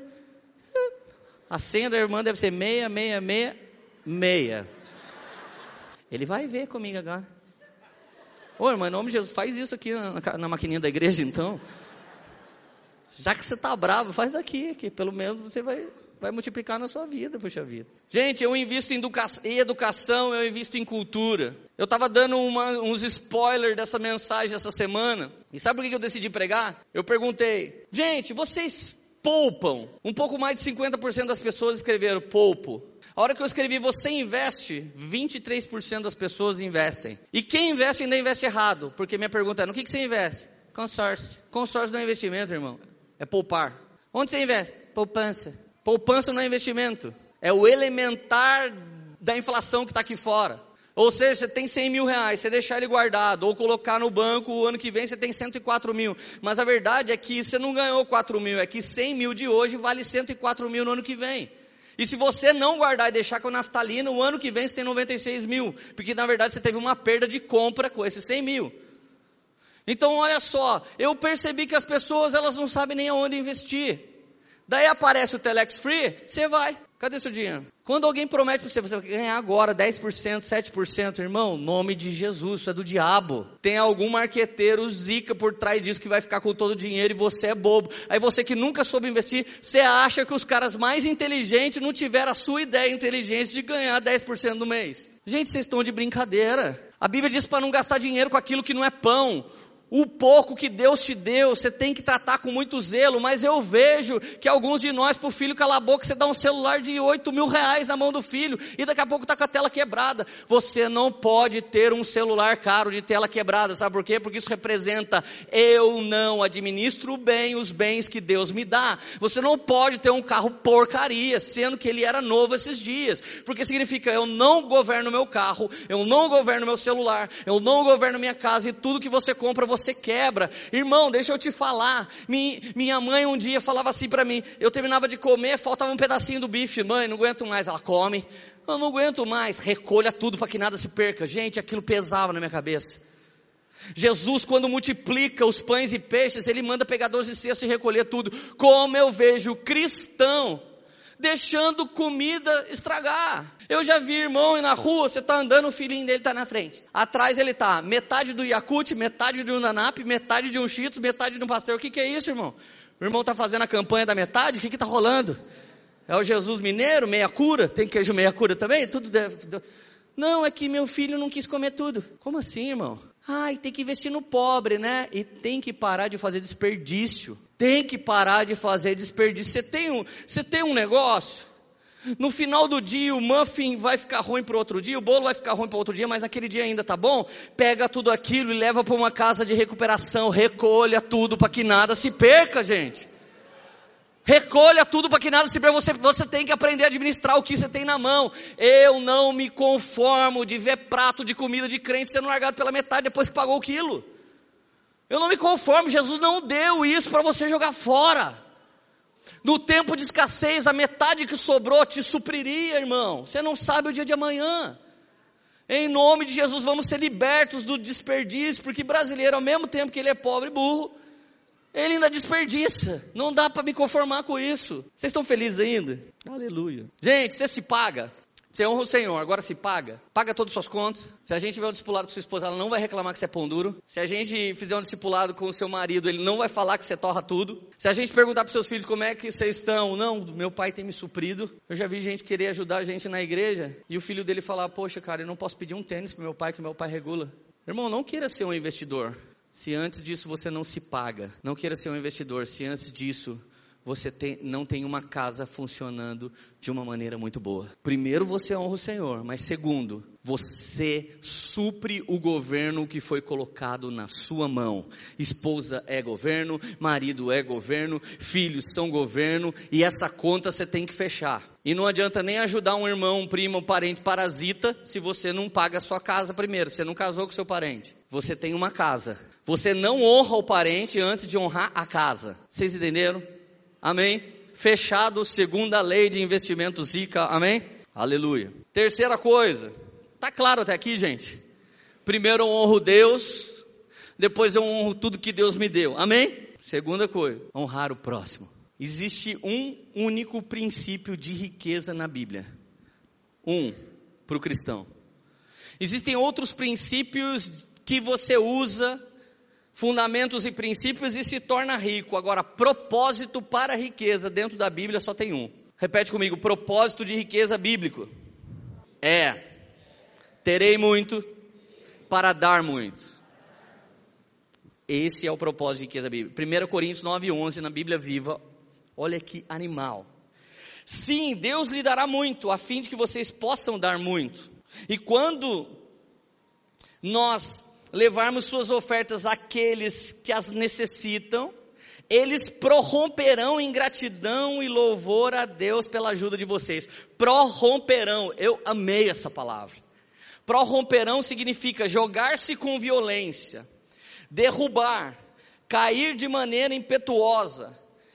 A senha da irmã deve ser meia, meia, meia, meia. Ele vai ver comigo agora. Ô irmã, em nome de Jesus, faz isso aqui na, na maquininha da igreja então. Já que você está bravo, faz aqui, que pelo menos você vai, vai multiplicar na sua vida, puxa vida. Gente, eu invisto em, educa em educação, eu invisto em cultura. Eu estava dando uma, uns spoilers dessa mensagem essa semana. E sabe por que eu decidi pregar? Eu perguntei, gente, vocês poupam? Um pouco mais de cinquenta por cento das pessoas escreveram poupo. A hora que eu escrevi, você investe, vinte e três por cento das pessoas investem. E quem investe ainda investe errado. Porque minha pergunta é, no que, que você investe? Consórcio. Consórcio não é investimento, irmão. É poupar. Onde você investe? Poupança. Poupança não é investimento. É o elementar da inflação que está aqui fora. Ou seja, você tem cem mil reais, você deixar ele guardado, ou colocar no banco, o ano que vem você tem cento e quatro mil. Mas a verdade é que você não ganhou quatro mil, é que cem mil de hoje vale cento e quatro mil no ano que vem. E se você não guardar e deixar com a naftalina, o ano que vem você tem noventa e seis mil. Porque na verdade você teve uma perda de compra com esses cem mil. Então olha só, eu percebi que as pessoas elas não sabem nem aonde investir. Daí aparece o Telex Free, você vai. Cadê seu dinheiro? Quando alguém promete para você, você vai ganhar agora dez por cento, sete por cento, irmão, nome de Jesus, isso é do diabo. Tem algum marqueteiro zica por trás disso que vai ficar com todo o dinheiro e você é bobo. Aí você que nunca soube investir, você acha que os caras mais inteligentes não tiveram a sua ideia inteligente de ganhar dez por cento no mês. Gente, vocês estão de brincadeira. A Bíblia diz para não gastar dinheiro com aquilo que não é pão. O pouco que Deus te deu, você tem que tratar com muito zelo, mas eu vejo que alguns de nós, para o filho calar a boca, você dá um celular de oito mil reais na mão do filho, e daqui a pouco está com a tela quebrada. Você não pode ter um celular caro de tela quebrada, sabe por quê? Porque isso representa, eu não administro bem os bens que Deus me dá. Você não pode ter um carro porcaria, sendo que ele era novo esses dias, porque significa, eu não governo meu carro, eu não governo meu celular, eu não governo minha casa, e tudo que você compra, você você quebra. Irmão, deixa eu te falar, minha, minha mãe um dia falava assim para mim, eu terminava de comer, faltava um pedacinho do bife, mãe, não aguento mais. Ela come, eu não aguento mais, recolha tudo para que nada se perca. Gente, aquilo pesava na minha cabeça. Jesus, quando multiplica os pães e peixes, ele manda pegar doze cestos e recolher tudo. Como eu vejo cristão deixando comida estragar. Eu já vi irmão ir na rua, você está andando, o filhinho dele está na frente. Atrás ele está, metade do Yakult, metade de um Danap, metade de um Cheetos, metade de um pastel. O que, que é isso, irmão? O irmão está fazendo a campanha da metade? O que está rolando? É o Jesus mineiro, meia cura? Tem queijo meia cura também? Tudo deve... Não, é que meu filho não quis comer tudo. Como assim, irmão? Ai, tem que investir no pobre, né? E tem que parar de fazer desperdício. Tem que parar de fazer desperdício. Você tem um, você tem um negócio, no final do dia o muffin vai ficar ruim para o outro dia, o bolo vai ficar ruim para outro dia, mas aquele dia ainda tá bom. Pega tudo aquilo e leva para uma casa de recuperação. Recolha tudo para que nada se perca, gente. Recolha tudo para que nada se perca. Você, você tem que aprender a administrar o que você tem na mão. Eu não me conformo de ver prato de comida de crente sendo largado pela metade depois que pagou o quilo. Eu não me conformo, Jesus não deu isso para você jogar fora. No tempo de escassez, a metade que sobrou te supriria, irmão. Você não sabe o dia de amanhã. Em nome de Jesus, vamos ser libertos do desperdício, porque brasileiro, ao mesmo tempo que ele é pobre e burro, ele ainda desperdiça. Não dá para me conformar com isso. Vocês estão felizes ainda? Aleluia. Gente, você se paga. Você honra o Senhor, agora se paga. Paga todas as suas contas. Se a gente tiver um discipulado com sua esposa, ela não vai reclamar que você é pão duro. Se a gente fizer um discipulado com o seu marido, ele não vai falar que você torra tudo. Se a gente perguntar para os seus filhos como é que vocês estão, não, meu pai tem me suprido. Eu já vi gente querer ajudar a gente na igreja e o filho dele falar, poxa cara, eu não posso pedir um tênis para meu pai, que meu pai regula. Irmão, não queira ser um investidor se antes disso você não se paga. Não queira ser um investidor se antes disso você tem, não tem uma casa funcionando de uma maneira muito boa. Primeiro, você honra o Senhor, mas segundo, você supre o governo que foi colocado na sua mão. Esposa é governo, marido é governo, filhos são governo, e essa conta você tem que fechar. E não adianta nem ajudar um irmão, um primo, um parente parasita, se você não paga a sua casa primeiro, você não casou com seu parente. Você tem uma casa. Você não honra o parente antes de honrar a casa. Vocês entenderam? Amém? Fechado segundo a lei de investimento Zika, amém? Aleluia. Terceira coisa, tá claro até aqui, gente? Primeiro eu honro Deus, depois eu honro tudo que Deus me deu, amém? Segunda coisa, honrar o próximo. Existe um único princípio de riqueza na Bíblia. Um, para o cristão. Existem outros princípios que você usa, fundamentos e princípios, e se torna rico. Agora, propósito para a riqueza dentro da Bíblia só tem um. Repete comigo, propósito de riqueza bíblico é: terei muito para dar muito. Esse é o propósito de riqueza bíblica. primeira Coríntios nove, onze, na Bíblia Viva. Olha que animal. Sim, Deus lhe dará muito, a fim de que vocês possam dar muito. E quando nós levarmos suas ofertas àqueles que as necessitam, eles prorromperão em gratidão e louvor a Deus pela ajuda de vocês. Prorromperão, eu amei essa palavra. Prorromperão significa jogar-se com violência, derrubar, cair de maneira impetuosa,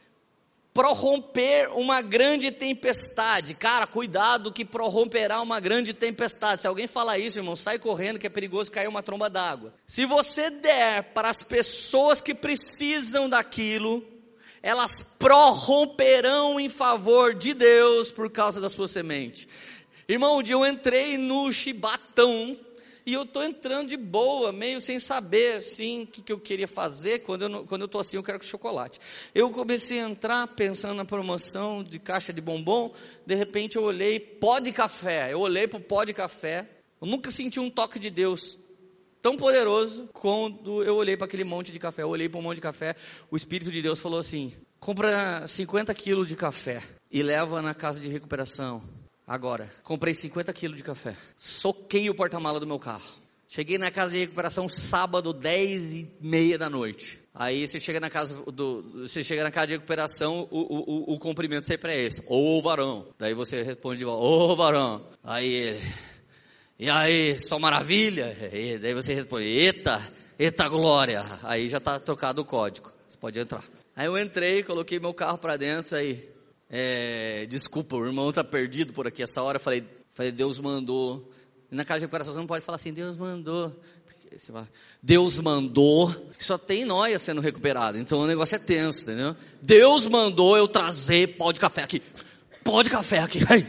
prorromper uma grande tempestade. Cara, cuidado que prorromperá uma grande tempestade. Se alguém falar isso, irmão, sai correndo que é perigoso cair uma tromba d'água. Se você der para as pessoas que precisam daquilo, elas prorromperão em favor de Deus por causa da sua semente. Irmão, um dia eu entrei no Chibatão, e eu estou entrando de boa, meio sem saber assim o que, que eu queria fazer. Quando eu, quando eu estou assim, eu quero com chocolate. Eu comecei a entrar pensando na promoção de caixa de bombom. De repente eu olhei, pó de café. Eu olhei para o pó de café. Eu nunca senti um toque de Deus tão poderoso quando eu olhei para aquele monte de café. Eu olhei para um monte de café. O Espírito de Deus falou assim: compra cinquenta quilos de café e leva na casa de recuperação. Agora, comprei cinquenta quilos de café, soquei o porta-mala do meu carro, cheguei na casa de recuperação sábado, dez e meia da noite. Aí você chega na casa, do, você chega na casa de recuperação, o, o, o, o cumprimento sempre é esse: ô varão. Daí você responde de volta: ô varão. Aí ele: e aí, só maravilha? E daí você responde: eita, eita glória. Aí já está trocado o código, você pode entrar. Aí eu entrei, coloquei meu carro para dentro, aí... É, desculpa, o irmão está perdido por aqui essa hora. Eu falei, falei, Deus mandou. E na casa de recuperação você não pode falar assim, Deus mandou. Porque você fala, Deus mandou, porque só tem nóia sendo recuperado. Então o negócio é tenso, entendeu? Deus mandou eu trazer pó de café aqui. Pó de café aqui. Aí,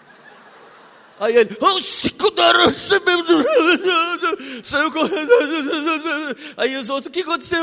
aí ele, saiu correndo. Aí os outros, o que aconteceu?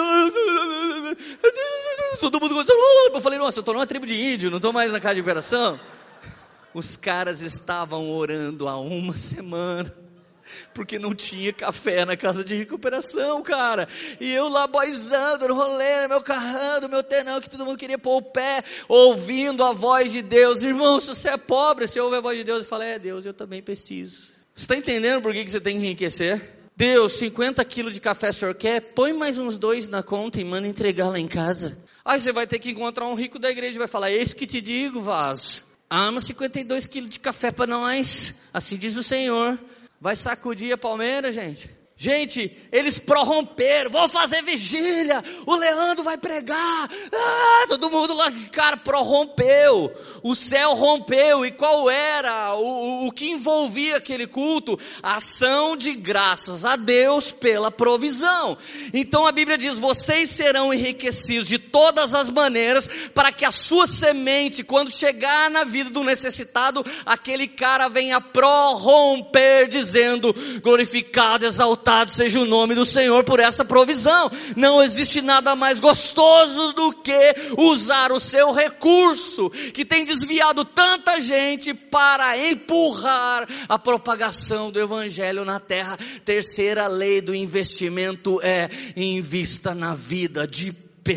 Todo mundo começou. Eu falei, nossa, eu estou numa tribo de índio, não estou mais na casa de recuperação. Os caras estavam orando há uma semana, porque não tinha café na casa de recuperação, cara. E eu lá boizando, no rolê, no meu carrão, no meu tenão, que todo mundo queria pôr o pé, ouvindo a voz de Deus. Irmão, se você é pobre, você ouve a voz de Deus e fala, é Deus, eu também preciso. Você está entendendo por que, que você tem que enriquecer? Deus, cinquenta quilos de café o senhor quer? Põe mais uns dois na conta e manda entregar lá em casa. Aí você vai ter que encontrar um rico da igreja e vai falar, eis que te digo, vaso, ama cinquenta e dois quilos de café para nós, assim diz o Senhor. Vai sacudir a palmeira, gente? Gente, eles prorromperam, vão fazer vigília, o Leandro vai pregar, ah, todo mundo lá, cara, prorrompeu, o céu rompeu. E qual era o, o que envolvia aquele culto? Ação de graças a Deus pela provisão. Então a Bíblia diz, vocês serão enriquecidos de todas as maneiras, para que a sua semente, quando chegar na vida do necessitado, aquele cara venha prorromper, dizendo, glorificado, exaltado, seja o nome do Senhor por essa provisão. Não existe nada mais gostoso do que usar o seu recurso, que tem desviado tanta gente, para empurrar a propagação do Evangelho na terra. Terceira lei do investimento é: invista na vida de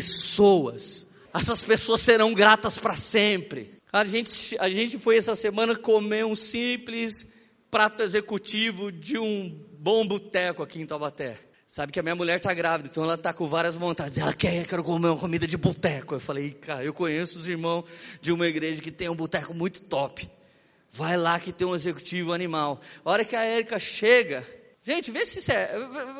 pessoas. Essas pessoas serão gratas para sempre. A gente, a gente foi essa semana comer um simples prato executivo de um bom boteco aqui em Taubaté. Sabe que a minha mulher está grávida, então ela está com várias vontades. Ela quer, quero comer uma comida de boteco. Eu falei, cara, eu conheço os irmãos de uma igreja que tem um boteco muito top. Vai lá que tem um executivo animal. A hora que a Érica chega, gente, vê se isso é,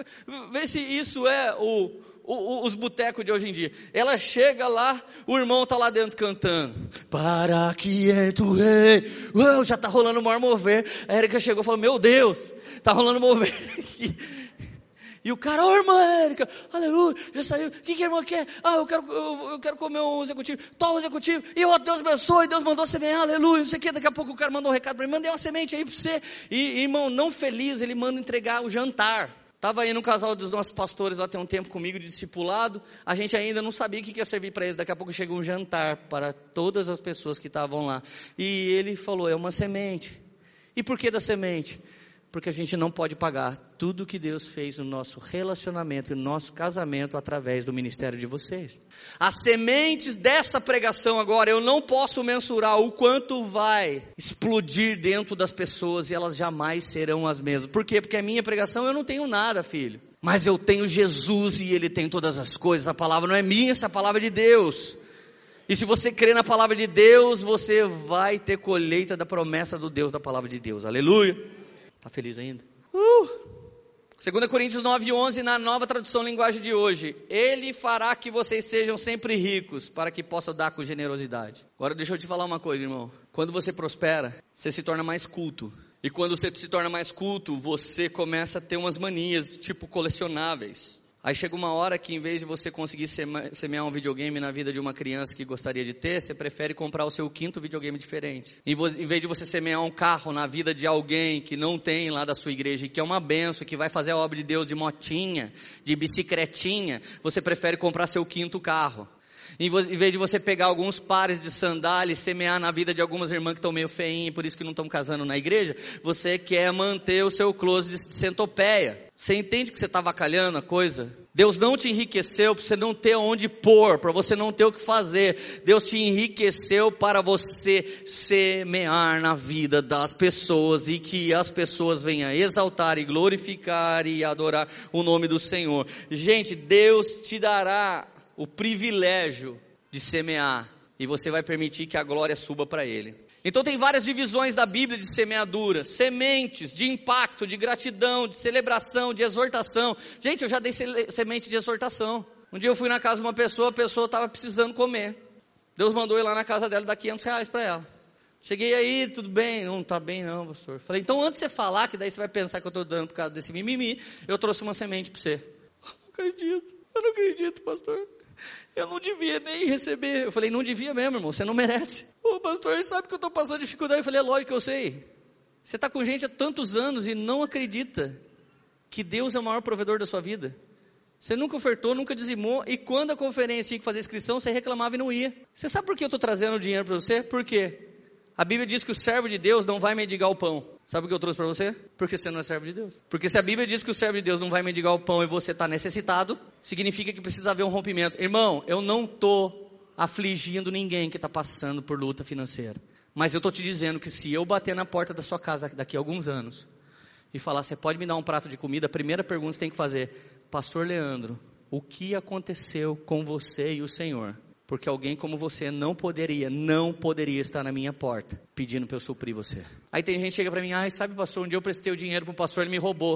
vê se isso é o, o, os botecos de hoje em dia. Ela chega lá, o irmão está lá dentro cantando. Para que entre o rei. Uau, já está rolando o maior mover. A Érica chegou e falou, meu Deus, está rolando mover aqui. E o cara, ô oh, irmã Érica, aleluia, já saiu. O que, que a irmã quer? Ah, eu quero, eu, eu quero comer um executivo. Toma um executivo. E eu, Deus abençoe, Deus mandou semear, aleluia, não sei o que. Daqui a pouco o cara mandou um recado para mim, mandei uma semente aí para você. E irmão, não feliz, ele manda entregar o jantar. Estava aí no casal dos nossos pastores lá tem um tempo comigo de discipulado. A gente ainda não sabia o que ia servir para eles. Daqui a pouco chegou um jantar para todas as pessoas que estavam lá. E ele falou, é uma semente. E por que da semente? Porque a gente não pode pagar tudo que Deus fez no nosso relacionamento e no nosso casamento através do ministério de vocês. As sementes dessa pregação agora, eu não posso mensurar o quanto vai explodir dentro das pessoas e elas jamais serão as mesmas. Por quê? Porque a minha pregação eu não tenho nada, filho. Mas eu tenho Jesus e Ele tem todas as coisas. A palavra não é minha, essa palavra é de Deus. E se você crê na palavra de Deus, você vai ter colheita da promessa do Deus da palavra de Deus. Aleluia. Está feliz ainda? Uh! dois Coríntios nove, onze, na nova tradução linguagem de hoje. Ele fará que vocês sejam sempre ricos, para que possam dar com generosidade. Agora deixa eu te falar uma coisa, irmão. Quando você prospera, você se torna mais culto. E quando você se torna mais culto, você começa a ter umas manias, tipo colecionáveis. Aí chega uma hora que em vez de você conseguir semear um videogame na vida de uma criança que gostaria de ter, você prefere comprar o seu quinto videogame diferente. Em vez de você semear um carro na vida de alguém que não tem lá da sua igreja e que é uma benção, que vai fazer a obra de Deus de motinha, de bicicletinha, você prefere comprar seu quinto carro. Em vez de você pegar alguns pares de sandália e semear na vida de algumas irmãs que estão meio feinhas, por isso que não estão casando na igreja, você quer manter o seu closet de centopeia. Você entende que você está avacalhando a coisa? Deus não te enriqueceu para você não ter onde pôr, para você não ter o que fazer. Deus te enriqueceu para você semear na vida das pessoas e que as pessoas venham exaltar e glorificar e adorar o nome do Senhor. Gente, Deus te dará o privilégio de semear e você vai permitir que a glória suba para Ele. Então tem várias divisões da Bíblia de semeadura, sementes de impacto, de gratidão, de celebração, de exortação. Gente, eu já dei semente de exortação. Um dia eu fui na casa de uma pessoa, a pessoa estava precisando comer. Deus mandou ir lá na casa dela e dar quinhentos reais para ela. Cheguei aí, tudo bem? Não está bem não, pastor. Falei, então antes de você falar, que daí você vai pensar que eu estou dando por causa desse mimimi, eu trouxe uma semente para você. Eu não acredito, eu não acredito, pastor. Eu não devia nem receber. Eu falei, não devia mesmo, irmão, você não merece. Ô pastor, sabe que eu estou passando dificuldade? Eu falei, é lógico que eu sei. Você está com gente há tantos anos e não acredita que Deus é o maior provedor da sua vida. Você nunca ofertou, nunca dizimou, e quando a conferência tinha que fazer inscrição, você reclamava e não ia. Você sabe por que eu estou trazendo dinheiro para você? Por quê? A Bíblia diz que o servo de Deus não vai mendigar o pão. Sabe o que eu trouxe para você? Porque você não é servo de Deus. Porque se a Bíblia diz que o servo de Deus não vai mendigar o pão e você está necessitado, significa que precisa haver um rompimento. Irmão, eu não estou afligindo ninguém que está passando por luta financeira. Mas eu estou te dizendo que se eu bater na porta da sua casa daqui a alguns anos e falar, você pode me dar um prato de comida? A primeira pergunta que você tem que fazer, pastor Leandro, o que aconteceu com você e o Senhor? Porque alguém como você não poderia, não poderia estar na minha porta, pedindo para eu suprir você. Aí tem gente que chega para mim, ai, sabe pastor, um dia eu prestei o dinheiro para o pastor, ele me roubou.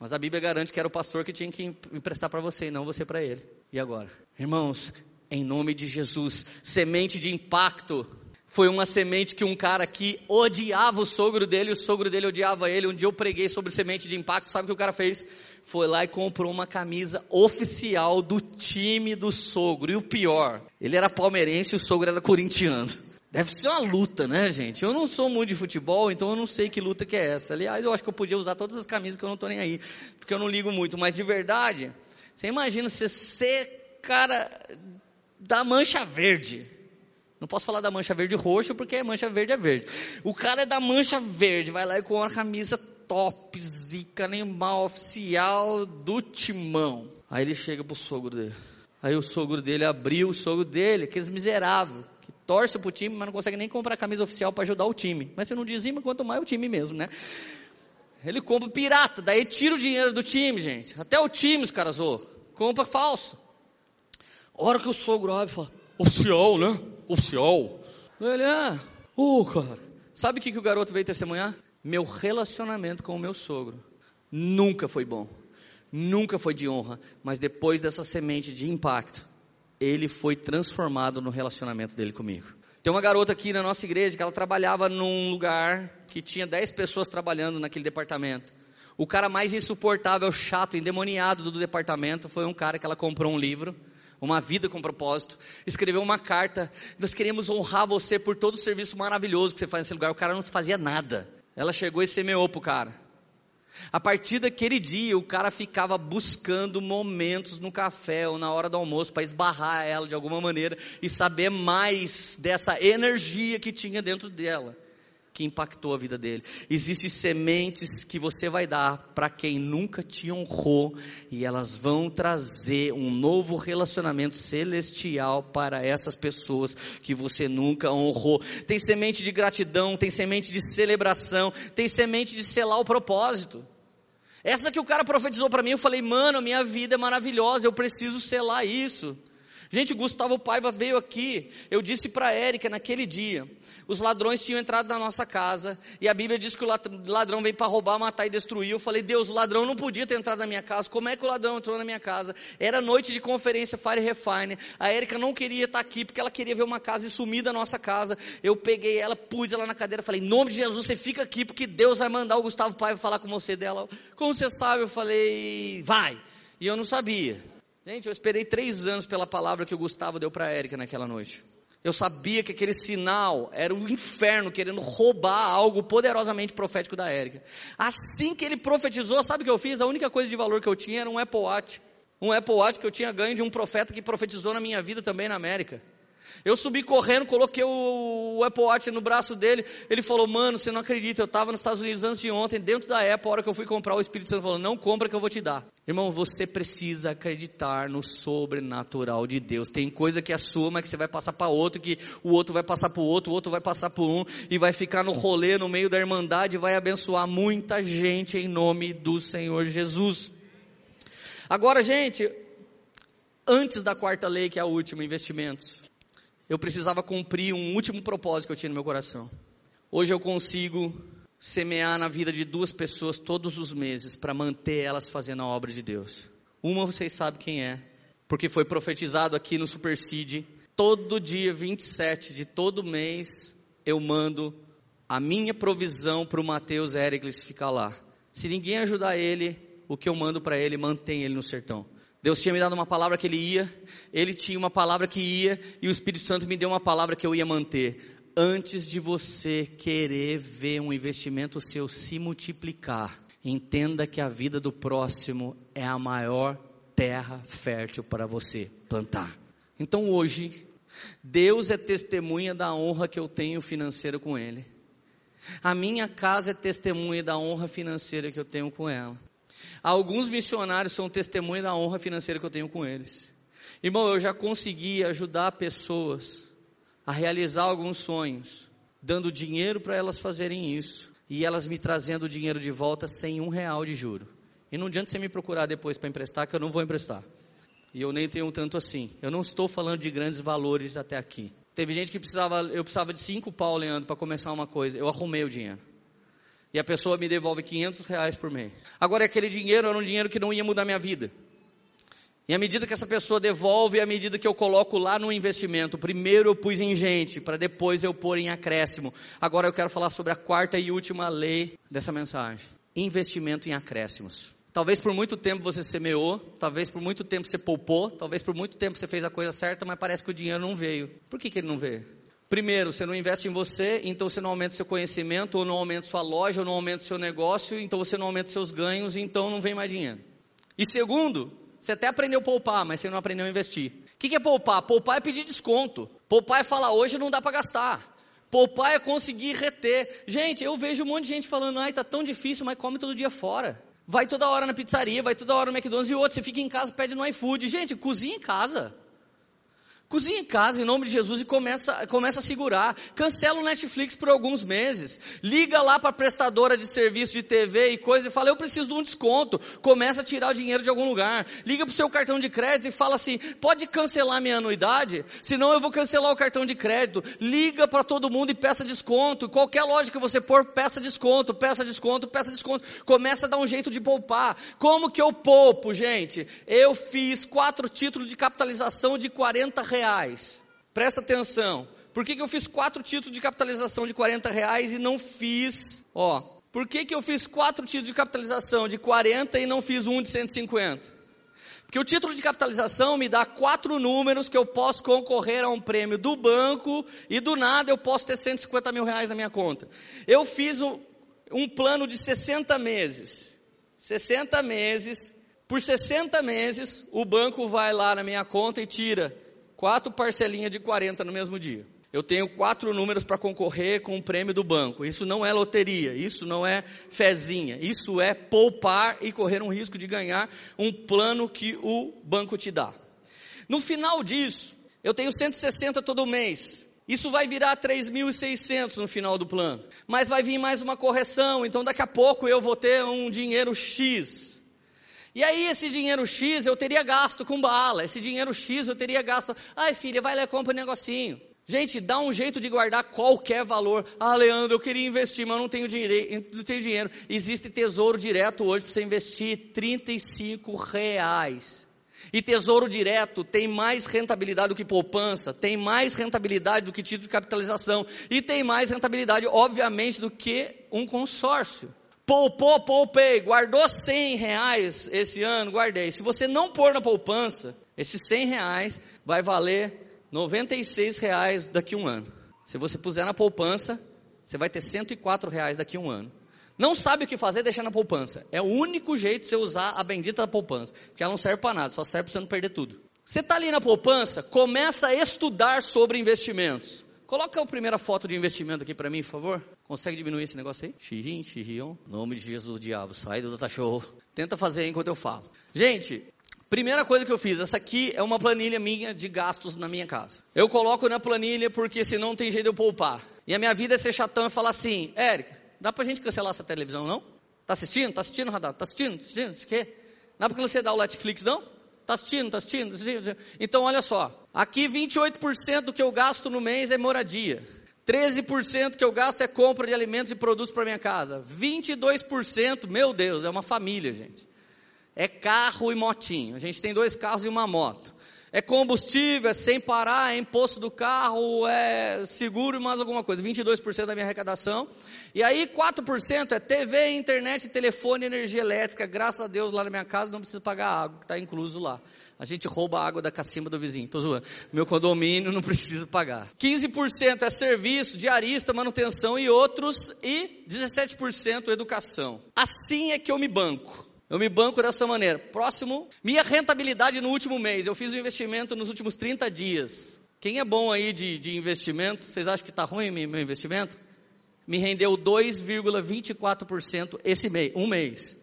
Mas a Bíblia garante que era o pastor que tinha que emprestar para você e não você para ele. E agora? Irmãos, em nome de Jesus, semente de impacto. Foi uma semente que um cara aqui odiava o sogro dele, e o sogro dele odiava ele. Um dia eu preguei sobre semente de impacto, sabe o que o cara fez? Foi lá e comprou uma camisa oficial do time do sogro. E o pior, ele era palmeirense e o sogro era corintiano. Deve ser uma luta, né, gente? Eu não sou muito de futebol, então eu não sei que luta que é essa. Aliás, eu acho que eu podia usar todas as camisas que eu não estou nem aí, porque eu não ligo muito. Mas de verdade, você imagina você ser cara da mancha verde. Não posso falar da mancha verde roxo, porque a mancha verde é verde. O cara é da mancha verde, vai lá e com uma camisa top, zica, animal, oficial do Timão. Aí ele chega pro sogro dele. Aí o sogro dele abriu, o sogro dele, aqueles miseráveis, que torce pro time, mas não consegue nem comprar a camisa oficial para ajudar o time. Mas você não dizima, quanto mais o time mesmo, né? Ele compra pirata, daí tira o dinheiro do time, gente. Até o time os caras zoam. Compra falso. A hora que o sogro abre e fala, oficial, né? Oficial. Ele, ah, uh, cara. Sabe o que, que o garoto veio testemunhar? Meu relacionamento com o meu sogro nunca foi bom, nunca foi de honra, mas depois dessa semente de impacto, ele foi transformado no relacionamento dele comigo. Tem uma garota aqui na nossa igreja que ela trabalhava num lugar que tinha dez pessoas trabalhando naquele departamento. O cara mais insuportável, chato, endemoniado do departamento foi um cara que ela comprou um livro, Uma Vida com Propósito, escreveu uma carta, nós queremos honrar você por todo o serviço maravilhoso que você faz nesse lugar. O cara não fazia nada. Ela chegou e semeou pro cara. A partir daquele dia, o cara ficava buscando momentos no café ou na hora do almoço para esbarrar ela de alguma maneira e saber mais dessa energia que tinha dentro dela, que impactou a vida dele. Existem sementes que você vai dar para quem nunca te honrou, e elas vão trazer um novo relacionamento celestial para essas pessoas que você nunca honrou. Tem semente de gratidão, tem semente de celebração, tem semente de selar o propósito. Essa que o cara profetizou para mim, eu falei, mano, minha vida é maravilhosa, eu preciso selar isso. Gente, Gustavo Paiva veio aqui, eu disse para a Érica naquele dia, os ladrões tinham entrado na nossa casa, e a Bíblia diz que o ladrão veio para roubar, matar e destruir. Eu falei, Deus, o ladrão não podia ter entrado na minha casa, como é que o ladrão entrou na minha casa? Era noite de conferência Fire Refine, a Érica não queria estar aqui, porque ela queria ver uma casa e sumir da nossa casa. Eu peguei ela, pus ela na cadeira, falei, em nome de Jesus, você fica aqui, porque Deus vai mandar o Gustavo Paiva falar com você. Dela, como você sabe? Eu falei, vai, e eu não sabia. Gente, eu esperei três anos pela palavra que o Gustavo deu para a Érica naquela noite. Eu sabia que aquele sinal era o inferno querendo roubar algo poderosamente profético da Érica. Assim que ele profetizou, sabe o que eu fiz? A única coisa de valor que eu tinha era um Apple Watch. Um Apple Watch que eu tinha ganho de um profeta que profetizou na minha vida também na América. Eu subi correndo, coloquei o, o Apple Watch no braço dele. Ele falou, mano, você não acredita, eu estava nos Estados Unidos antes de ontem, dentro da Apple, a hora que eu fui comprar, o Espírito Santo falou, não compra que eu vou te dar. Irmão, você precisa acreditar no sobrenatural de Deus. Tem coisa que é sua, mas que você vai passar para outro, que o outro vai passar para o outro, o outro vai passar para um, e vai ficar no rolê, no meio da irmandade, e vai abençoar muita gente em nome do Senhor Jesus. Agora, gente, antes da quarta lei, que é a última, investimentos, eu precisava cumprir um último propósito que eu tinha no meu coração. Hoje eu consigo semear na vida de duas pessoas todos os meses, para manter elas fazendo a obra de Deus. Uma vocês sabem quem é, porque foi profetizado aqui no Super Seed. Todo dia vinte e sete de todo mês, eu mando a minha provisão para o Mateus Ericles ficar lá. Se ninguém ajudar ele, o que eu mando para ele, mantém ele no sertão. Deus tinha me dado uma palavra que ele ia, ele tinha uma palavra que ia, e o Espírito Santo me deu uma palavra que eu ia manter. Antes de você querer ver um investimento seu se multiplicar, entenda que a vida do próximo é a maior terra fértil para você plantar. Então hoje, Deus é testemunha da honra que eu tenho financeira com Ele. A minha casa é testemunha da honra financeira que eu tenho com ela. Alguns missionários são testemunha da honra financeira que eu tenho com eles. Irmão, eu já consegui ajudar pessoas a realizar alguns sonhos, dando dinheiro para elas fazerem isso, e elas me trazendo o dinheiro de volta sem um real de juro. E não adianta você me procurar depois para emprestar, que eu não vou emprestar. E eu nem tenho tanto assim. Eu não estou falando de grandes valores até aqui. Teve gente que precisava, eu precisava de cinco pau, Leandro, para começar uma coisa. Eu arrumei o dinheiro. E a pessoa me devolve quinhentos reais por mês. Agora aquele dinheiro era um dinheiro que não ia mudar minha vida. E à medida que essa pessoa devolve, à medida que eu coloco lá no investimento, primeiro eu pus em gente, para depois eu pôr em acréscimo. Agora eu quero falar sobre a quarta e última lei dessa mensagem. Investimento em acréscimos. Talvez por muito tempo você semeou, talvez por muito tempo você poupou, talvez por muito tempo você fez a coisa certa, mas parece que o dinheiro não veio. Por que que ele não veio? Primeiro, você não investe em você, então você não aumenta seu conhecimento, ou não aumenta sua loja, ou não aumenta seu negócio, então você não aumenta seus ganhos, então não vem mais dinheiro. E segundo, você até aprendeu a poupar, mas você não aprendeu a investir. O que que é poupar? Poupar é pedir desconto. Poupar é falar, hoje não dá para gastar. Poupar é conseguir reter. Gente, eu vejo um monte de gente falando, ai, tá tão difícil, mas come todo dia fora. Vai toda hora na pizzaria, vai toda hora no McDonald's e outro, você fica em casa, pede no iFood. Gente, cozinha em casa. Cozinha em casa, em nome de Jesus, e começa, começa a segurar. Cancela o Netflix por alguns meses. Liga lá para a prestadora de serviço de T V e coisa e fala, eu preciso de um desconto. Começa a tirar o dinheiro de algum lugar. Liga para o seu cartão de crédito e fala assim, pode cancelar minha anuidade? Senão eu vou cancelar o cartão de crédito. Liga para todo mundo e peça desconto. Qualquer loja que você for, peça desconto, peça desconto, peça desconto. Começa a dar um jeito de poupar. Como que eu poupo, gente? Eu fiz quatro títulos de capitalização de quarenta reais. Reais. Presta atenção. Por que que eu fiz quatro títulos de capitalização de quarenta reais e não fiz, ó, por que que eu fiz quatro títulos de capitalização de quarenta e não fiz um de cento e cinquenta? Porque o título de capitalização me dá quatro números que eu posso concorrer a um prêmio do banco e do nada eu posso ter cento e cinquenta mil reais na minha conta. Eu fiz um, um plano de sessenta meses. sessenta meses, por sessenta meses, o banco vai lá na minha conta e tira quatro parcelinhas de quarenta no mesmo dia. Eu tenho quatro números para concorrer com o prêmio do banco. Isso não é loteria, isso não é fezinha. Isso é poupar e correr um risco de ganhar um plano que o banco te dá. No final disso, eu tenho cento e sessenta todo mês. Isso vai virar três mil e seiscentos no final do plano. Mas vai vir mais uma correção, então daqui a pouco eu vou ter um dinheiro X. E aí esse dinheiro X eu teria gasto com bala, esse dinheiro X eu teria gasto, ai filha, vai lá e compra um negocinho. Gente, dá um jeito de guardar qualquer valor. Ah, Leandro, eu queria investir, mas eu não tenho dinheiro. Não tenho dinheiro. Existe tesouro direto hoje para você investir trinta e cinco reais. E tesouro direto tem mais rentabilidade do que poupança, tem mais rentabilidade do que título de capitalização, e tem mais rentabilidade, obviamente, do que um consórcio. Poupou, poupei, guardou cem reais esse ano, guardei. Se você não pôr na poupança, esses cem reais vai valer noventa e seis reais daqui a um ano. Se você puser na poupança, você vai ter cento e quatro reais daqui a um ano. Não sabe o que fazer, deixa na poupança. É o único jeito de você usar a bendita poupança, porque ela não serve para nada, só serve para você não perder tudo. Você está ali na poupança, começa a estudar sobre investimentos. Coloca a primeira foto de investimento aqui para mim, por favor. Consegue diminuir esse negócio aí? Xirrim, xirrion. Nome de Jesus, diabo, sai do cachorro. Tenta fazer aí enquanto eu falo. Gente, primeira coisa que eu fiz, essa aqui é uma planilha minha de gastos na minha casa. Eu coloco na planilha porque senão não tem jeito de eu poupar. E a minha vida é ser chatão e falar assim, Érica, dá pra gente cancelar essa televisão, não? Tá assistindo? Tá assistindo, Radar? Tá assistindo? Tá assistindo? Isso quê? Dá pra cancelar o Netflix, não? Tá assistindo? Tá assistindo? Tá assistindo? Então, olha só. Aqui, vinte e oito por cento do que eu gasto no mês é moradia. treze por cento que eu gasto é compra de alimentos e produtos para minha casa. vinte e dois por cento, meu Deus, é uma família, gente. É carro e motinho. A gente tem dois carros e uma moto. É combustível, é sem parar, é imposto do carro, é seguro e mais alguma coisa. vinte e dois por cento da minha arrecadação. E aí quatro por cento é T V, internet, telefone e energia elétrica. Graças a Deus lá na minha casa não precisa pagar água, que está incluso lá. A gente rouba a água da cacimba do vizinho. Estou zoando. Meu condomínio não precisa pagar. quinze por cento é serviço, diarista, manutenção e outros. E dezessete por cento educação. Assim é que eu me banco. Eu me banco dessa maneira. Próximo, minha rentabilidade no último mês. Eu fiz um investimento nos últimos trinta dias. Quem é bom aí de, de investimento? Vocês acham que está ruim meu investimento? Me rendeu dois vírgula vinte e quatro por cento esse mês, um mês.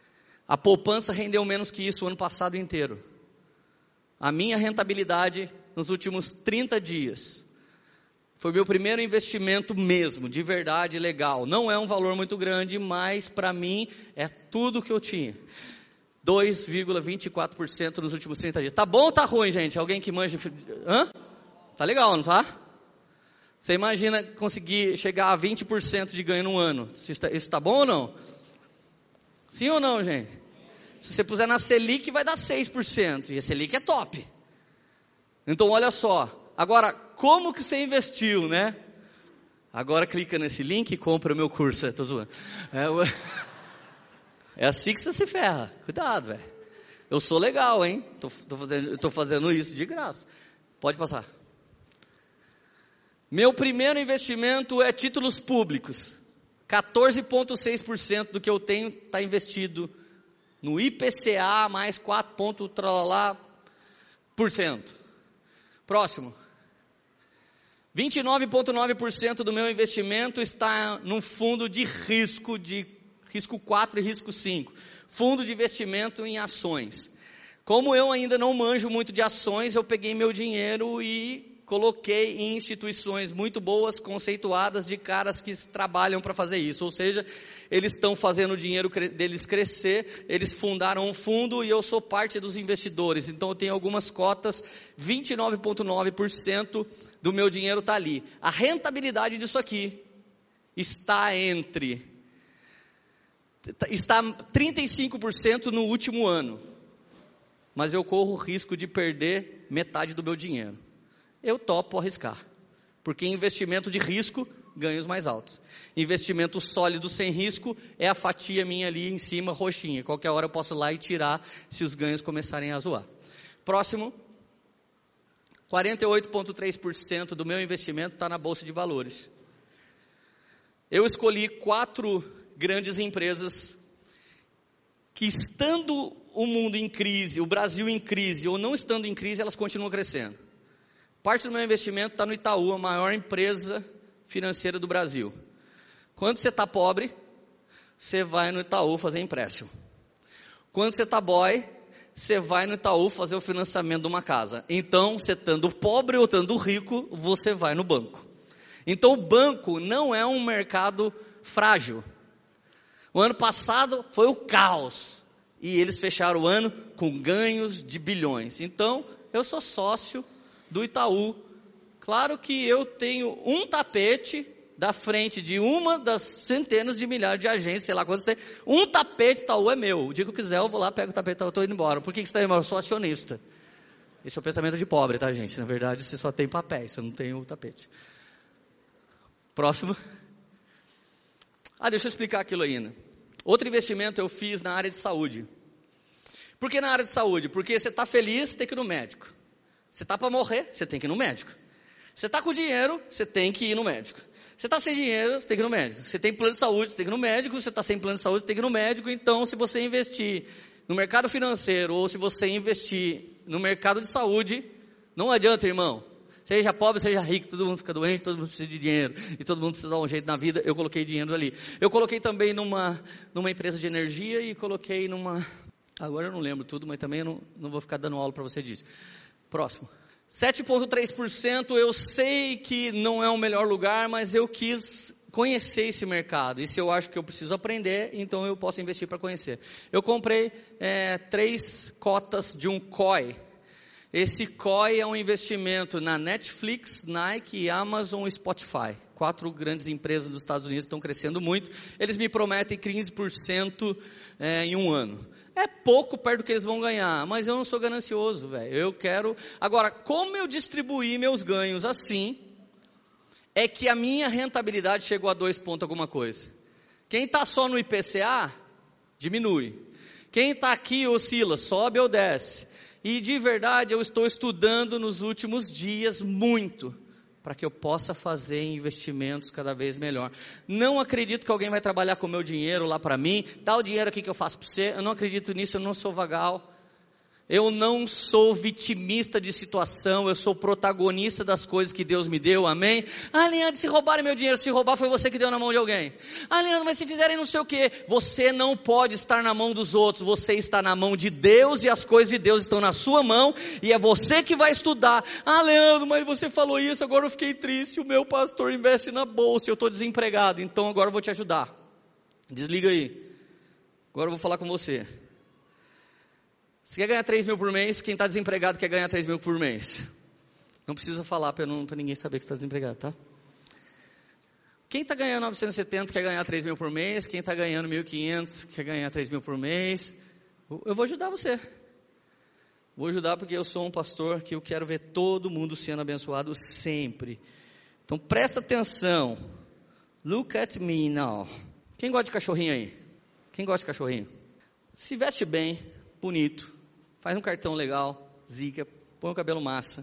A poupança rendeu menos que isso o ano passado inteiro. A minha rentabilidade nos últimos trinta dias. Foi meu primeiro investimento mesmo, de verdade, legal. Não é um valor muito grande, mas para mim é tudo que eu tinha. dois vírgula vinte e quatro por cento nos últimos trinta dias. Tá bom ou tá ruim, gente? Alguém que manja... Hã? Tá legal, não tá? Você imagina conseguir chegar a vinte por cento de ganho no ano. Isso está bom ou não? Sim ou não, gente? Se você puser na Selic, vai dar seis por cento. E a Selic é top. Então, olha só. Agora, como que você investiu, né? Agora clica nesse link e compra o meu curso. Estou zoando. É, é assim que você se ferra. Cuidado, velho. Eu sou legal, hein? Estou fazendo, tô fazendo isso de graça. Pode passar. Meu primeiro investimento é títulos públicos. quatorze vírgula seis por cento do que eu tenho está investido no I P C A mais quatro ponto tralala por cento. Próximo. vinte e nove vírgula nove por cento do meu investimento está num fundo de risco, de risco quatro e risco cinco. Fundo de investimento em ações. Como eu ainda não manjo muito de ações, eu peguei meu dinheiro e coloquei em instituições muito boas, conceituadas, de caras que trabalham para fazer isso. Ou seja, eles estão fazendo o dinheiro deles crescer, eles fundaram um fundo e eu sou parte dos investidores. Então eu tenho algumas cotas, vinte e nove vírgula nove por cento do meu dinheiro está ali. A rentabilidade disso aqui está entre... está trinta e cinco por cento no último ano. Mas eu corro o risco de perder metade do meu dinheiro. Eu topo arriscar, porque investimento de risco, ganhos mais altos. Investimento sólido sem risco, é a fatia minha ali em cima, roxinha. Qualquer hora eu posso ir lá e tirar, se os ganhos começarem a zoar. Próximo, quarenta e oito vírgula três por cento do meu investimento está na Bolsa de Valores. Eu escolhi quatro grandes empresas que, estando o mundo em crise, o Brasil em crise, ou não estando em crise, elas continuam crescendo. Parte do meu investimento está no Itaú, a maior empresa financeira do Brasil. Quando você está pobre, você vai no Itaú fazer empréstimo. Quando você está boy, você vai no Itaú fazer o financiamento de uma casa. Então, você estando pobre ou estando rico, você vai no banco. Então, o banco não é um mercado frágil. O ano passado foi o caos. E eles fecharam o ano com ganhos de bilhões. Então, eu sou sócio do Itaú. Claro que eu tenho um tapete da frente de uma das centenas de milhares de agências, sei lá quantos tem. Um tapete Itaú é meu. O dia que eu quiser, eu vou lá, pego o tapete Itaú e estou indo embora. Por que, que você está indo embora? Eu sou acionista. Esse é o pensamento de pobre, tá, gente? Na verdade, você só tem papéis, você não tem o tapete. Próximo. Ah, deixa eu explicar aquilo ainda. Outro investimento eu fiz na área de saúde. Por que na área de saúde? Porque você está feliz, tem que ir no médico. Você está para morrer, você tem que ir no médico. Você está com dinheiro, você tem que ir no médico. Você está sem dinheiro, você tem que ir no médico. Você tem plano de saúde, você tem que ir no médico. Você está sem plano de saúde, você tem que ir no médico. Então, se você investir no mercado financeiro ou se você investir no mercado de saúde, não adianta, irmão. Seja pobre, seja rico, todo mundo fica doente, todo mundo precisa de dinheiro. E todo mundo precisa dar um jeito na vida. Eu coloquei dinheiro ali. Eu coloquei também numa, numa empresa de energia e coloquei numa... Agora eu não lembro tudo, mas também eu não, não vou ficar dando aula para você disso. Próximo. sete vírgula três por cento eu sei que não é o melhor lugar, mas eu quis conhecer esse mercado. E se eu acho que eu preciso aprender, então eu posso investir para conhecer. Eu comprei é, três cotas de um C O I. Esse C O I é um investimento na Netflix, Nike, Amazon e Spotify. Quatro grandes empresas dos Estados Unidos estão crescendo muito. Eles me prometem quinze por cento é, em um ano. É pouco perto do que eles vão ganhar, mas eu não sou ganancioso, velho. Eu quero... Agora, como eu distribuí meus ganhos assim, é que a minha rentabilidade chegou a dois pontos alguma coisa. Quem está só no I P C A, diminui. Quem está aqui oscila, sobe ou desce. E de verdade eu estou estudando nos últimos dias muito, para que eu possa fazer investimentos cada vez melhor. Não acredito que alguém vai trabalhar com o meu dinheiro lá para mim, dá o dinheiro aqui que eu faço para você. Eu não acredito nisso, eu não sou vagal. Eu não sou vitimista de situação, eu sou protagonista das coisas que Deus me deu, amém? Ah, Leandro, se roubarem meu dinheiro, se roubar foi você que deu na mão de alguém. Ah, Leandro, mas se fizerem não sei o quê. Você não pode estar na mão dos outros, você está na mão de Deus e as coisas de Deus estão na sua mão e é você que vai estudar. Ah, Leandro, mas você falou isso, agora eu fiquei triste, o meu pastor investe na bolsa, eu estou desempregado, então agora eu vou te ajudar. Desliga aí, agora eu vou falar com você. Você quer ganhar três mil por mês? Quem está desempregado quer ganhar três mil por mês. Não precisa falar para ninguém saber que você está desempregado, tá? Quem está ganhando novecentos e setenta quer ganhar três mil por mês? Quem está ganhando mil e quinhentos quer ganhar três mil por mês? Eu vou ajudar você. Vou ajudar porque eu sou um pastor que eu quero ver todo mundo sendo abençoado sempre. Então presta atenção. Look at me now. Quem gosta de cachorrinho aí? Quem gosta de cachorrinho? Se veste bem, bonito, faz um cartão legal, zica, põe o cabelo massa.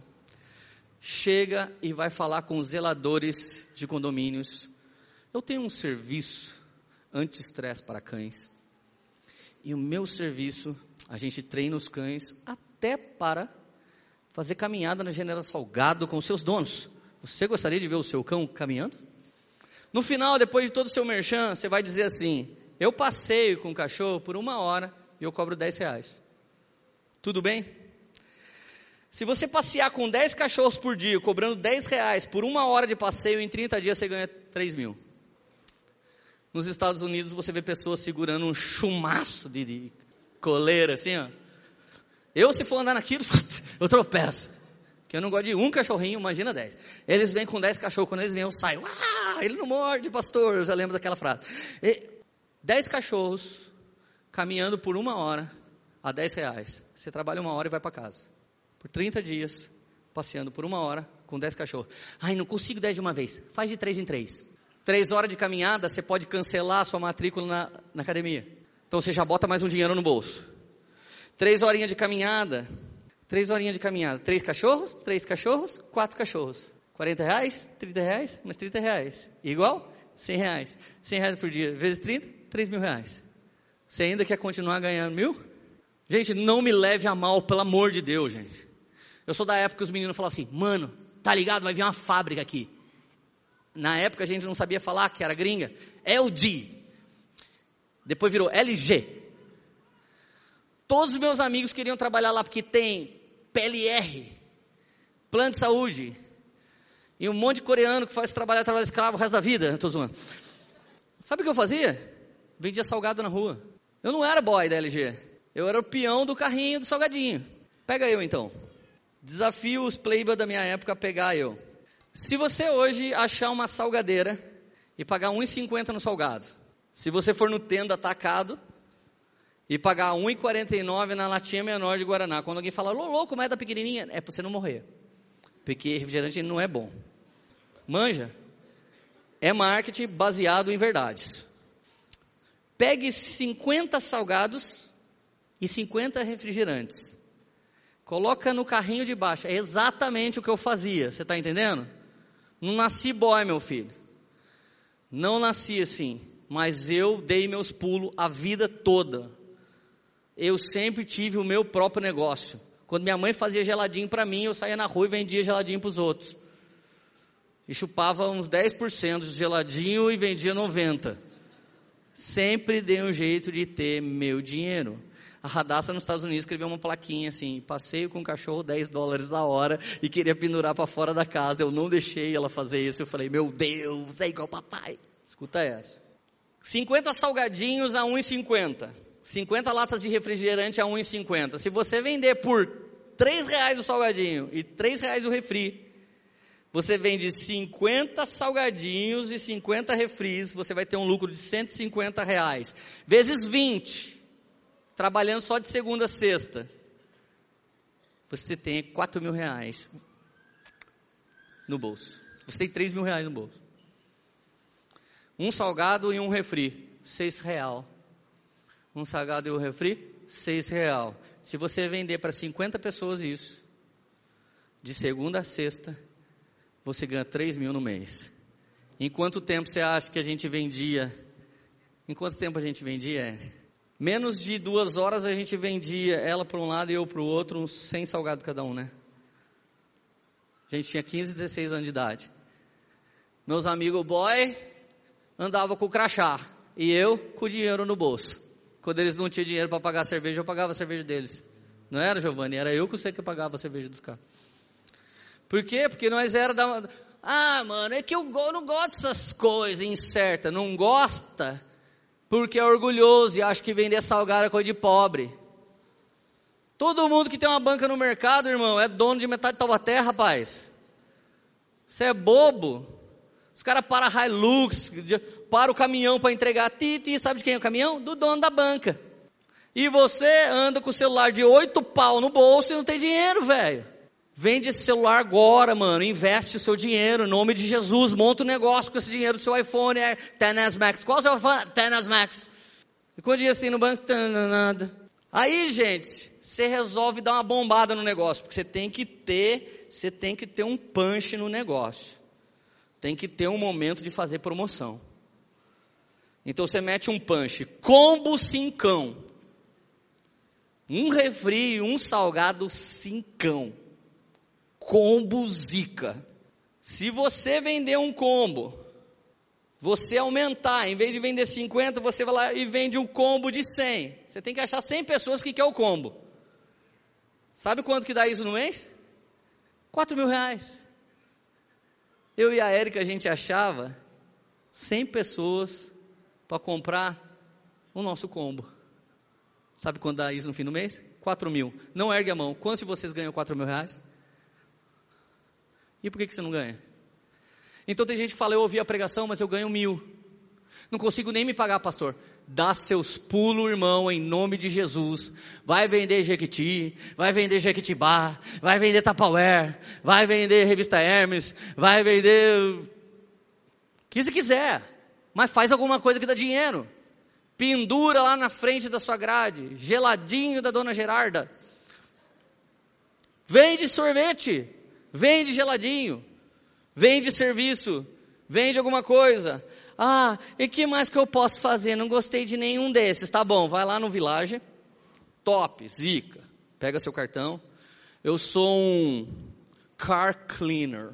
Chega e vai falar com os zeladores de condomínios. Eu tenho um serviço anti-estresse para cães. E o meu serviço, a gente treina os cães até para fazer caminhada na General Salgado com os seus donos. Você gostaria de ver o seu cão caminhando? No final, depois de todo o seu merchan, você vai dizer assim: eu passeio com o cachorro por uma hora e eu cobro dez reais. Tudo bem? Se você passear com dez cachorros por dia, cobrando dez reais por uma hora de passeio, em trinta dias você ganha três mil. Nos Estados Unidos você vê pessoas segurando um chumaço de, de coleira, assim, ó. Eu, se for andar naquilo, eu tropeço. Porque eu não gosto de um cachorrinho, imagina dez. Eles vêm com dez cachorros, quando eles vêm eu saio. Ah, ele não morde, pastor. Eu já lembro daquela frase. E, dez cachorros caminhando por uma hora a dez reais. Você trabalha uma hora e vai para casa. Por trinta dias, passeando por uma hora com dez cachorros. Ai, não consigo dez de uma vez. Faz de três em três. Três horas de caminhada, você pode cancelar a sua matrícula na, na academia. Então você já bota mais um dinheiro no bolso. Três horinhas de caminhada. Três horinhas de caminhada. Três cachorros, três cachorros, quatro cachorros. quarenta reais, trinta reais, mais trinta reais. Igual? cem reais. cem reais por dia, vezes trinta, três mil reais. Você ainda quer continuar ganhando mil? Gente, não me leve a mal, pelo amor de Deus, gente. Eu sou da época que os meninos falavam assim: mano, tá ligado? Vai vir uma fábrica aqui. Na época a gente não sabia falar que era gringa. L G. Depois virou L G. Todos os meus amigos queriam trabalhar lá porque tem P L R, plano de saúde, e um monte de coreano que faz trabalhar, trabalho escravo o resto da vida. Eu tô zoando. Sabe o que eu fazia? Vendia salgado na rua. Eu não era boy da L G. Eu era o peão do carrinho do salgadinho. Pega eu então. Desafio os playboys da minha época a pegar eu. Se você hoje achar uma salgadeira e pagar um real e cinquenta no salgado, se você for no tenda atacado e pagar um real e quarenta e nove na latinha menor de Guaraná, quando alguém fala, lô, louco, mas é da pequenininha, é para você não morrer, porque refrigerante não é bom. Manja? É marketing baseado em verdades. Pegue cinquenta salgados e cinquenta refrigerantes. Coloca no carrinho de baixo. É exatamente o que eu fazia. Você está entendendo? Não nasci boy, meu filho. Não nasci assim. Mas eu dei meus pulos a vida toda. Eu sempre tive o meu próprio negócio. Quando minha mãe fazia geladinho para mim, eu saía na rua e vendia geladinho para os outros. E chupava uns dez por cento de geladinho e vendia noventa por cento. Sempre dei um jeito de ter meu dinheiro. A Radassa nos Estados Unidos escreveu uma plaquinha assim: passeio com o cachorro dez dólares a hora, e queria pendurar para fora da casa. Eu não deixei ela fazer isso. Eu falei, meu Deus, é igual papai. Escuta essa: cinquenta salgadinhos a um real e cinquenta. cinquenta latas de refrigerante a um real e cinquenta. Se você vender por três reais o salgadinho e três reais o refri, você vende cinquenta salgadinhos e cinquenta refris, você vai ter um lucro de cento e cinquenta reais. Vezes vinte, trabalhando só de segunda a sexta, você tem quatro mil reais no bolso. Você tem três mil reais no bolso. Um salgado e um refri, seis real. Um salgado e um refri, seis real. Se você vender para cinquenta pessoas isso, de segunda a sexta, você ganha três mil no mês. Em quanto tempo você acha que a gente vendia? Em quanto tempo a gente vendia? Menos de duas horas a gente vendia, ela para um lado e eu para o outro, uns cem salgados cada um, né? A gente tinha quinze, dezesseis anos de idade. Meus amigos boy andavam com o crachá e eu com o dinheiro no bolso. Quando eles não tinham dinheiro para pagar a cerveja, eu pagava a cerveja deles. Não era, Giovanni? Era eu que sei que pagava a cerveja dos caras. Por quê? Porque nós era da... Ah, mano, é que eu não gosto dessas coisas incertas. Não gosta porque é orgulhoso e acha que vender salgado é coisa de pobre. Todo mundo que tem uma banca no mercado, irmão, é dono de metade de Taubaté, rapaz. Você é bobo. Os caras param a Hilux, para o caminhão para entregar. Titi, sabe de quem é o caminhão? Do dono da banca. E você anda com o celular de oito pau no bolso e não tem dinheiro, velho. Vende esse celular agora, mano. Investe o seu dinheiro em nome de Jesus. Monta um negócio com esse dinheiro do seu iPhone. É X S Max. Qual é o seu iPhone? X S Max. E quanto dinheiro você tem no banco? Nada. Aí, gente, você resolve dar uma bombada no negócio. Porque você tem que ter, você tem que ter um punch no negócio. Tem que ter um momento de fazer promoção. Então você mete um punch. Combo cincão. Um refri, um salgado cincão. Combo zica. Se você vender um combo, você aumentar, em vez de vender cinquenta, você vai lá e vende um combo de cem. Você tem que achar cem pessoas que querem o combo. Sabe quanto que dá isso no mês? quatro mil reais. Eu e a Érica, a gente achava cem pessoas para comprar o nosso combo. Sabe quanto dá isso no fim do mês? quatro mil. Não ergue a mão. Quantos de vocês ganham quatro mil reais? E por que, que você não ganha? Então tem gente que fala, eu ouvi a pregação, mas eu ganho mil. Não consigo nem me pagar, pastor. Dá seus pulos, irmão, em nome de Jesus. Vai vender Jequiti, vai vender Jequitibá, vai vender Tupperware, vai vender revista Hermes, vai vender o que você quiser. Mas faz alguma coisa que dá dinheiro. Pendura lá na frente da sua grade, geladinho da dona Gerarda. Vende sorvete. Vende geladinho, vende serviço, vende alguma coisa. Ah, e que mais que eu posso fazer? Não gostei de nenhum desses. Tá bom, vai lá no Village, top, zica, pega seu cartão. Eu sou um car cleaner,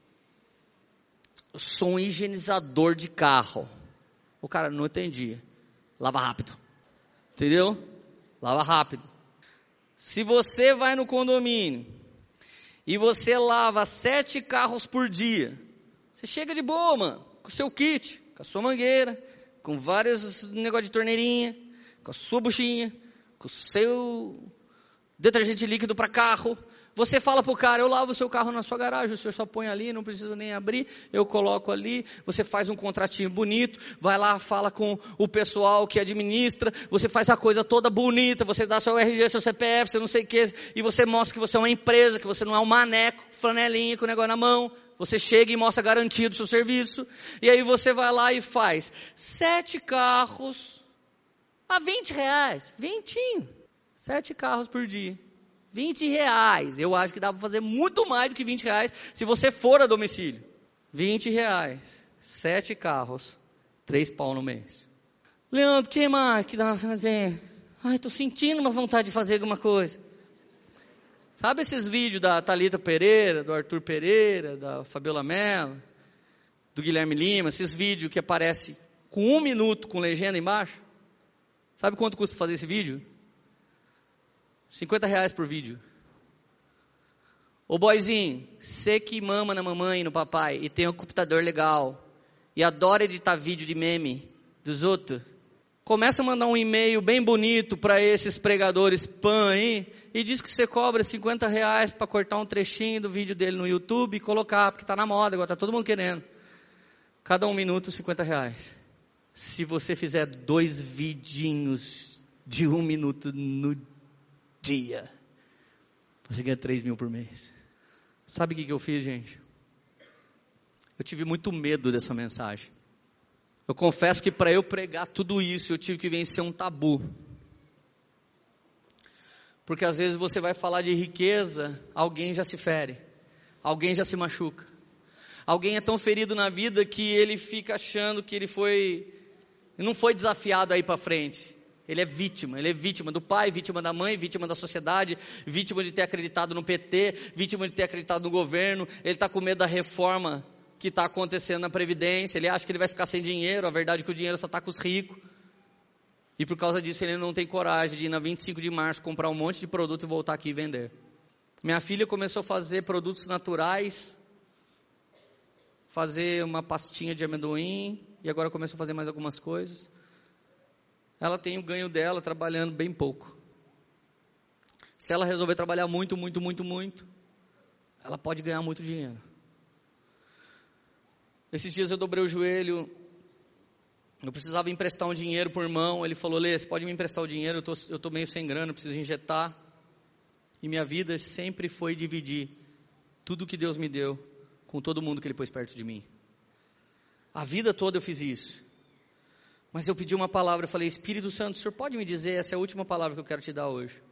eu sou um higienizador de carro. O cara, não entendi. Lava rápido, entendeu? Lava rápido. Se você vai no condomínio e você lava sete carros por dia, você chega de boa, mano, com o seu kit, com a sua mangueira, com vários negócios de torneirinha, com a sua buchinha, com o seu detergente líquido para carro. Você fala pro cara, eu lavo o seu carro na sua garagem, o senhor só põe ali, não precisa nem abrir, eu coloco ali. Você faz um contratinho bonito, vai lá, fala com o pessoal que administra, você faz a coisa toda bonita, você dá seu R G, seu C P F, seu não sei o que, e você mostra que você é uma empresa, que você não é um maneco, flanelinha com o negócio na mão. Você chega e mostra garantido o seu serviço, e aí você vai lá e faz sete carros a vinte reais, vintinho, sete carros por dia. vinte reais, eu acho que dá para fazer muito mais do que vinte reais, se você for a domicílio. vinte reais, sete carros, três pau no mês. Leandro, o que mais que dá para fazer? Ai, estou sentindo uma vontade de fazer alguma coisa. Sabe esses vídeos da Thalita Pereira, do Arthur Pereira, da Fabiola Mello, do Guilherme Lima, esses vídeos que aparecem com um minuto com legenda embaixo? Sabe quanto custa fazer esse vídeo? cinquenta reais por vídeo. Ô boyzinho, você que mama na mamãe e no papai e tem um computador legal e adora editar vídeo de meme dos outros, começa a mandar um e-mail bem bonito para esses pregadores pan aí e diz que você cobra cinquenta reais para cortar um trechinho do vídeo dele no YouTube e colocar, porque está na moda agora, está todo mundo querendo. Cada um minuto, cinquenta reais. Se você fizer dois vidinhos de um minuto no dia, você ganha três mil por mês. Sabe o que, que eu fiz, gente? Eu tive muito medo dessa mensagem. Eu confesso que para eu pregar tudo isso, eu tive que vencer um tabu. Porque às vezes você vai falar de riqueza, alguém já se fere, alguém já se machuca. Alguém é tão ferido na vida que ele fica achando que ele foi, não foi desafiado a ir para frente. Ele é vítima, ele é vítima do pai, vítima da mãe, vítima da sociedade, vítima de ter acreditado no P T, vítima de ter acreditado no governo. Ele está com medo da reforma que está acontecendo na Previdência, ele acha que ele vai ficar sem dinheiro, a verdade é que o dinheiro só está com os ricos. E por causa disso ele não tem coragem de ir na vinte e cinco de março comprar um monte de produto e voltar aqui e vender. Minha filha começou a fazer produtos naturais, fazer uma pastinha de amendoim, e agora começou a fazer mais algumas coisas. Ela tem o ganho dela trabalhando bem pouco. Se ela resolver trabalhar muito, muito, muito, muito, ela pode ganhar muito dinheiro. Esses dias eu dobrei o joelho, eu precisava emprestar um dinheiro para o irmão. Ele falou: Lê, você pode me emprestar o dinheiro? Eu tô, eu tô meio sem grana, eu preciso injetar. E minha vida sempre foi dividir tudo que Deus me deu com todo mundo que Ele pôs perto de mim. A vida toda eu fiz isso. Mas eu pedi uma palavra, eu falei: Espírito Santo, o Senhor pode me dizer, essa é a última palavra que eu quero te dar hoje.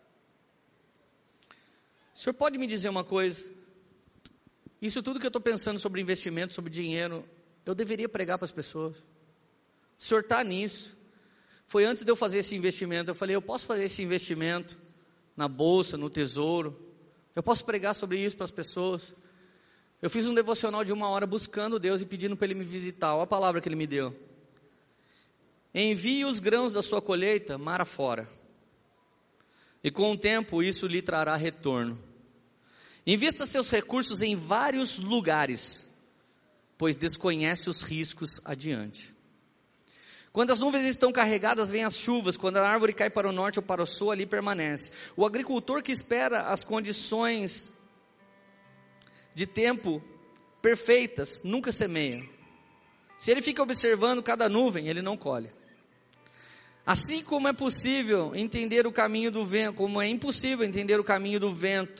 O Senhor pode me dizer uma coisa? Isso tudo que eu estou pensando sobre investimento, sobre dinheiro, eu deveria pregar para as pessoas. O Senhor está nisso. Foi antes de eu fazer esse investimento, eu falei: eu posso fazer esse investimento na bolsa, no tesouro, eu posso pregar sobre isso para as pessoas. Eu fiz um devocional de uma hora buscando Deus e pedindo para Ele me visitar. Olha a palavra que Ele me deu: envie os grãos da sua colheita mar afora, e com o tempo isso lhe trará retorno. Invista seus recursos em vários lugares, pois desconhece os riscos adiante. Quando as nuvens estão carregadas, vêm as chuvas. Quando a árvore cai para o norte ou para o sul, ali permanece. O agricultor que espera as condições de tempo perfeitas nunca semeia. Se ele fica observando cada nuvem, ele não colhe. Assim como é possível entender o caminho do vento, como é impossível entender o caminho do vento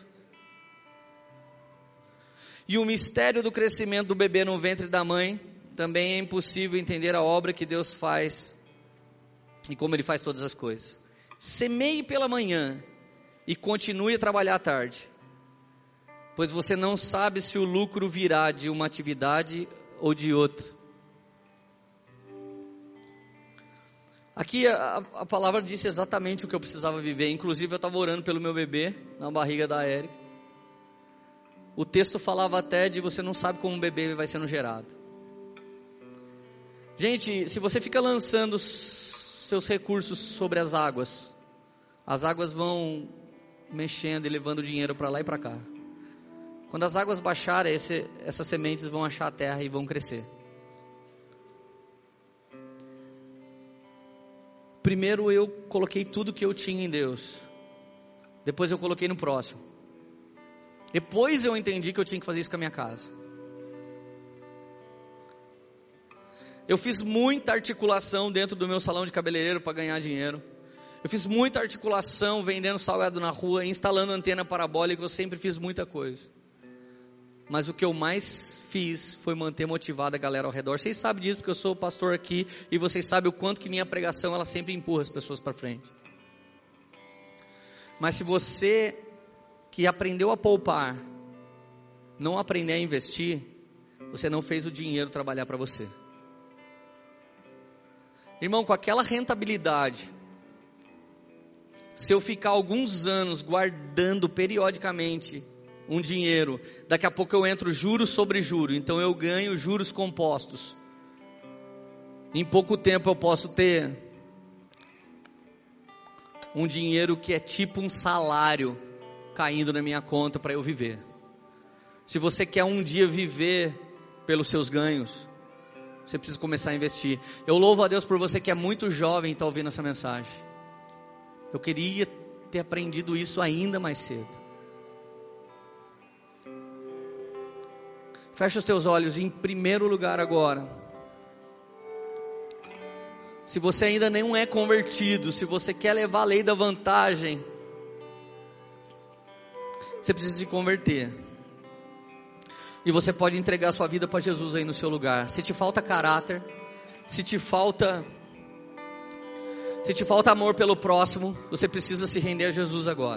e o mistério do crescimento do bebê no ventre da mãe, também é impossível entender a obra que Deus faz e como Ele faz todas as coisas. Semeie pela manhã e continue a trabalhar à tarde, pois você não sabe se o lucro virá de uma atividade ou de outra. Aqui a, a palavra disse exatamente o que eu precisava viver. Inclusive eu estava orando pelo meu bebê na barriga da Érica. O texto falava até de você não sabe como um bebê vai sendo gerado. Gente, se você fica lançando seus recursos sobre as águas, as águas vão mexendo e levando dinheiro para lá e para cá. Quando as águas baixarem, esse, essas sementes vão achar a terra e vão crescer. Primeiro eu coloquei tudo que eu tinha em Deus. Depois eu coloquei no próximo. Depois eu entendi que eu tinha que fazer isso com a minha casa. Eu fiz muita articulação dentro do meu salão de cabeleireiro para ganhar dinheiro. Eu fiz muita articulação vendendo salgado na rua, instalando antena parabólica. Eu sempre fiz muita coisa. Mas o que eu mais fiz foi manter motivada a galera ao redor. Vocês sabem disso porque eu sou pastor aqui, e vocês sabem o quanto que minha pregação ela sempre empurra as pessoas para frente. Mas se você que aprendeu a poupar não aprender a investir, você não fez o dinheiro trabalhar para você. Irmão, com aquela rentabilidade, se eu ficar alguns anos guardando periodicamente um dinheiro, daqui a pouco eu entro juros sobre juros, então eu ganho juros compostos. Em pouco tempo eu posso ter um dinheiro que é tipo um salário caindo na minha conta para eu viver. Se você quer um dia viver pelos seus ganhos, você precisa começar a investir. Eu louvo a Deus por você que é muito jovem e está ouvindo essa mensagem. Eu queria ter aprendido isso ainda mais cedo. Fecha os teus olhos. Em primeiro lugar agora, se você ainda não é convertido, se você quer levar a lei da vantagem, você precisa se converter. E você pode entregar a sua vida para Jesus aí no seu lugar. Se te falta caráter, se te falta Se te falta amor pelo próximo, você precisa se render a Jesus agora.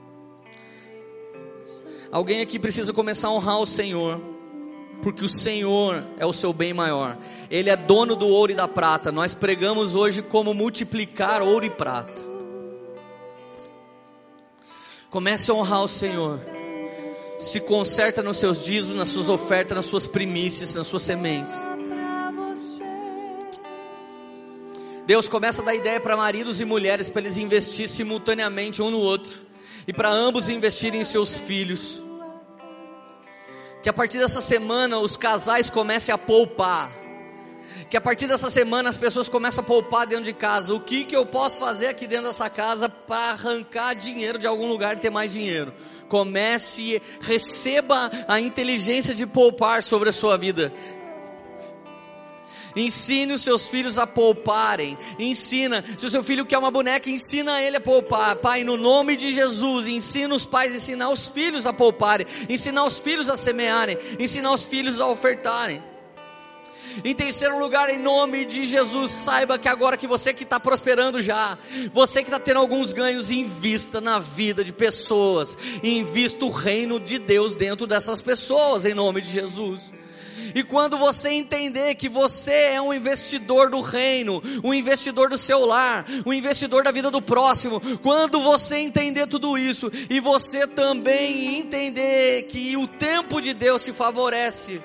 Alguém aqui precisa começar a honrar o Senhor, porque o Senhor é o seu bem maior. Ele é dono do ouro e da prata. Nós pregamos hoje como multiplicar ouro e prata. Comece a honrar o Senhor. Se conserta nos seus dízimos, nas suas ofertas, nas suas primícias, nas suas sementes. Deus começa a dar ideia para maridos e mulheres, para eles investir simultaneamente um no outro, e para ambos investirem em seus filhos. Que a partir dessa semana os casais comecem a poupar. Que a partir dessa semana as pessoas comecem a poupar dentro de casa. O que, que eu posso fazer aqui dentro dessa casa para arrancar dinheiro de algum lugar e ter mais dinheiro? Comece, receba a inteligência de poupar sobre a sua vida. Ensine os seus filhos a pouparem. Ensina, se o seu filho quer uma boneca, ensina ele a poupar. Pai, no nome de Jesus, ensina os pais a ensinar os filhos a pouparem, ensinar os filhos a semearem, ensinar os filhos a ofertarem. Em terceiro lugar, em nome de Jesus, saiba que agora que você que está prosperando já, você que está tendo alguns ganhos, invista na vida de pessoas, invista o reino de Deus dentro dessas pessoas, em nome de Jesus. E quando você entender que você é um investidor do reino, um investidor do seu lar, um investidor da vida do próximo, quando você entender tudo isso, e você também entender que o tempo de Deus te favorece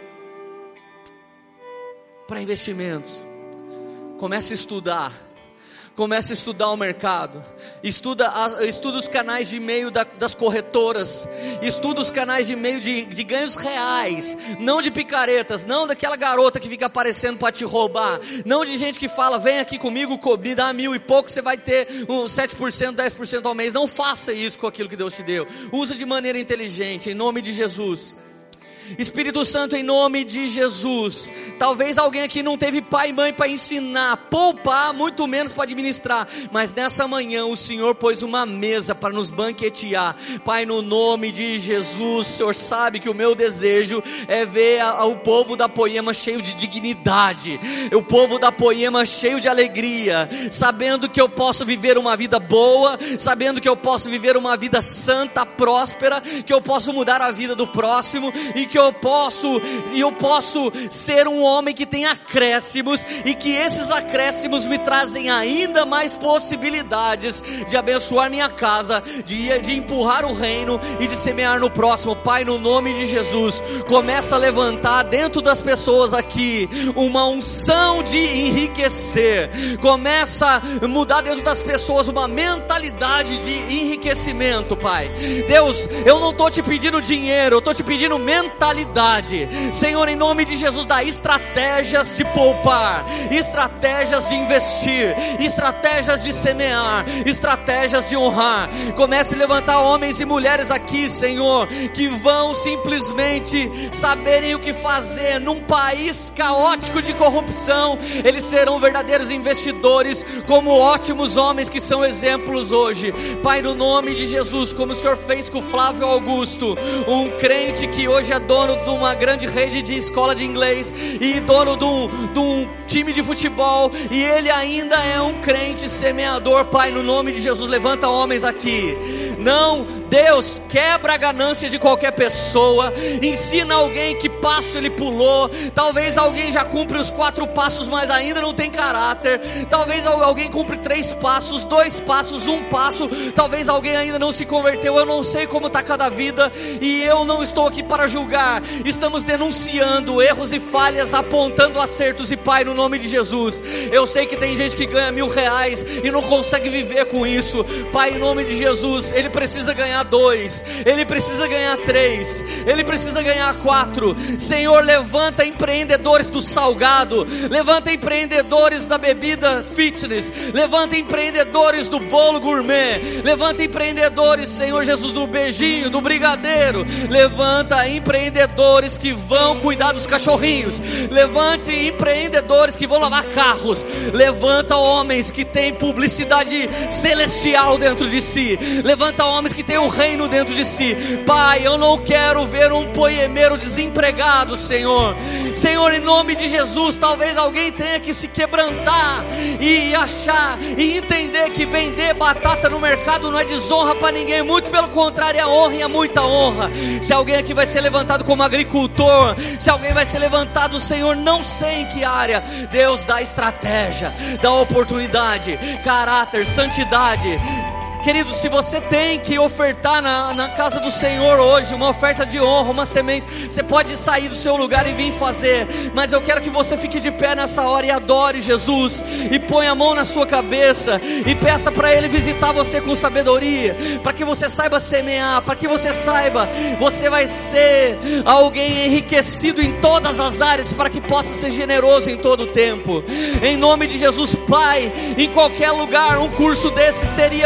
para investimentos, comece a estudar, comece a estudar o mercado, estuda, estuda os canais de e-mail da, das corretoras, estuda os canais de e-mail de, de ganhos reais, não de picaretas, não daquela garota que fica aparecendo para te roubar, não de gente que fala, vem aqui comigo, me dá mil e pouco, você vai ter um sete por cento, dez por cento ao mês. Não faça isso com aquilo que Deus te deu, usa de maneira inteligente, em nome de Jesus. Espírito Santo, em nome de Jesus, talvez alguém aqui não teve pai e mãe para ensinar, poupar, muito menos para administrar, mas nessa manhã o Senhor pôs uma mesa para nos banquetear. Pai, no nome de Jesus, o Senhor sabe que o meu desejo é ver a, a, o povo da Poema cheio de dignidade, o povo da Poema cheio de alegria, sabendo que eu posso viver uma vida boa, sabendo que eu posso viver uma vida santa, próspera, que eu posso mudar a vida do próximo, e que eu posso, eu posso ser um homem que tem acréscimos, e que esses acréscimos me trazem ainda mais possibilidades de abençoar minha casa, de, de empurrar o reino e de semear no próximo. Pai, no nome de Jesus, começa a levantar dentro das pessoas aqui uma unção de enriquecer, começa a mudar dentro das pessoas uma mentalidade de enriquecimento. Pai Deus, eu não estou te pedindo dinheiro, eu estou te pedindo mentalidade. Senhor, em nome de Jesus, dá estratégias de poupar, estratégias de investir, estratégias de semear, estratégias de honrar. Comece a levantar homens e mulheres aqui, Senhor, que vão simplesmente saberem o que fazer. Num país caótico de corrupção, eles serão verdadeiros investidores, como ótimos homens que são exemplos hoje. Pai, no nome de Jesus, como o Senhor fez com o Flávio Augusto, um crente que hoje é dono de uma grande rede de escola de inglês e dono de um, de um time de futebol, e ele ainda é um crente semeador. Pai, no nome de Jesus, levanta homens aqui. Não, Deus, quebra a ganância de qualquer pessoa, ensina alguém que passo ele pulou. Talvez alguém já cumpre os quatro passos, mas ainda não tem caráter. Talvez alguém cumpre três passos, dois passos, um passo. Talvez alguém ainda não se converteu. Eu não sei como está cada vida, e eu não estou aqui para julgar. Estamos denunciando erros e falhas, apontando acertos. E Pai, no nome de Jesus, eu sei que tem gente que ganha mil reais e não consegue viver com isso. Pai, em nome de Jesus, ele precisa ganhar dois, ele precisa ganhar três, ele precisa ganhar quatro. Senhor, levanta empreendedores do salgado, levanta empreendedores da bebida fitness, levanta empreendedores do bolo gourmet, levanta empreendedores, Senhor Jesus, do beijinho, do brigadeiro. Levanta empreendedores que vão cuidar dos cachorrinhos, levante empreendedores que vão lavar carros, levanta homens que têm publicidade celestial dentro de si, levanta homens que têm o reino dentro de si. Pai, eu não quero ver um poemeiro desempregado, Senhor. Senhor, em nome de Jesus, talvez alguém tenha que se quebrantar e achar e entender que vender batata no mercado não é desonra para ninguém, muito pelo contrário, é honra e é muita honra. Se alguém aqui vai ser levantado como agricultor, se alguém vai ser levantado, Senhor, não sei em que área, Deus, dá estratégia, dá oportunidade, caráter, santidade. Querido, se você tem que ofertar na, na casa do Senhor hoje, uma oferta de honra, uma semente, você pode sair do seu lugar e vir fazer, mas eu quero que você fique de pé nessa hora e adore Jesus, e põe a mão na sua cabeça, e peça para Ele visitar você com sabedoria, para que você saiba semear, para que você saiba, você vai ser alguém enriquecido em todas as áreas, para que possa ser generoso em todo o tempo, em nome de Jesus. Pai, em qualquer lugar um curso desse seria vendido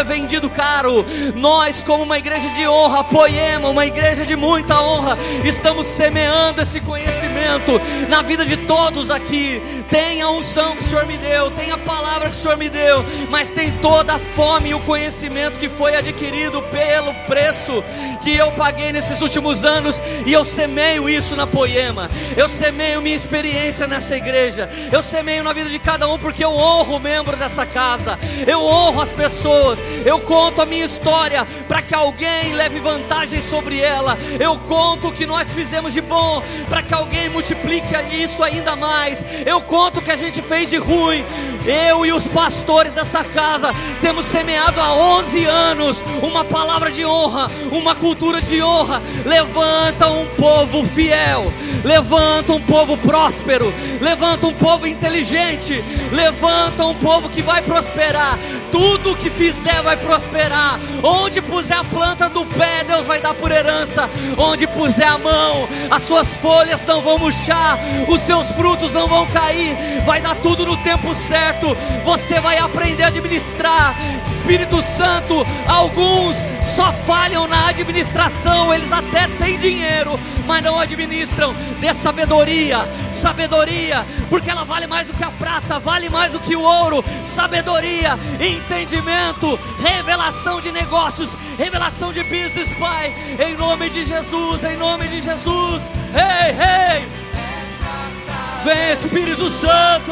custando caro. Nós, como uma igreja de honra, Poema, uma igreja de muita honra, estamos semeando esse conhecimento na vida de todos aqui. Tem a unção que o Senhor me deu, tem a palavra que o Senhor me deu, mas tem toda a fome e o conhecimento que foi adquirido pelo preço que eu paguei nesses últimos anos, e eu semeio isso na Poema. Eu semeio minha experiência nessa igreja, eu semeio na vida de cada um, porque eu honro o membro dessa casa, eu honro as pessoas, eu conto a minha história para que alguém leve vantagem sobre ela, eu conto o que nós fizemos de bom para que alguém multiplique isso ainda mais, eu conto o que a gente fez de ruim. Eu e os pastores dessa casa temos semeado há onze anos uma palavra de honra, uma cultura de honra. Levanta um povo fiel, levanta um povo próspero, levanta um povo inteligente, levanta um povo que vai prosperar. Tudo que fizer vai prosperar. Onde puser a planta do pé, Deus vai dar por herança. Onde puser a mão, as suas folhas não vão murchar, os seus frutos não vão cair, vai dar tudo no tempo certo. Você vai aprender a administrar. Espírito Santo, alguns só falham na administração, eles até têm dinheiro, mas não administram. Dê sabedoria, sabedoria, porque ela vale mais do que a prata, vale mais do que o ouro. Sabedoria, entendimento, revelação de negócios, revelação de business, Pai, em nome de Jesus, em nome de Jesus. Ei, ei, vem Espírito Santo.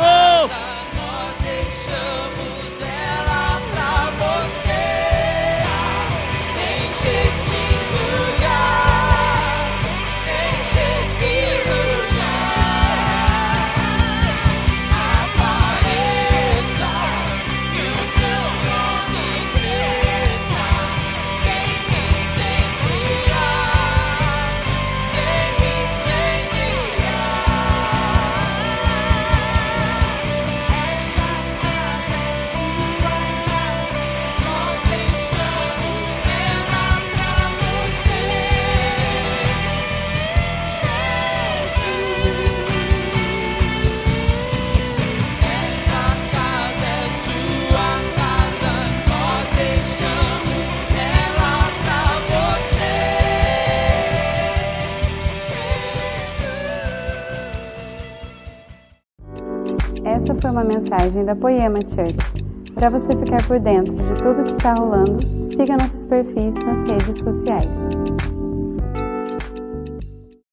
Essa foi uma mensagem da Poema Church. Para você ficar por dentro de tudo que está rolando, siga nossos perfis nas redes sociais.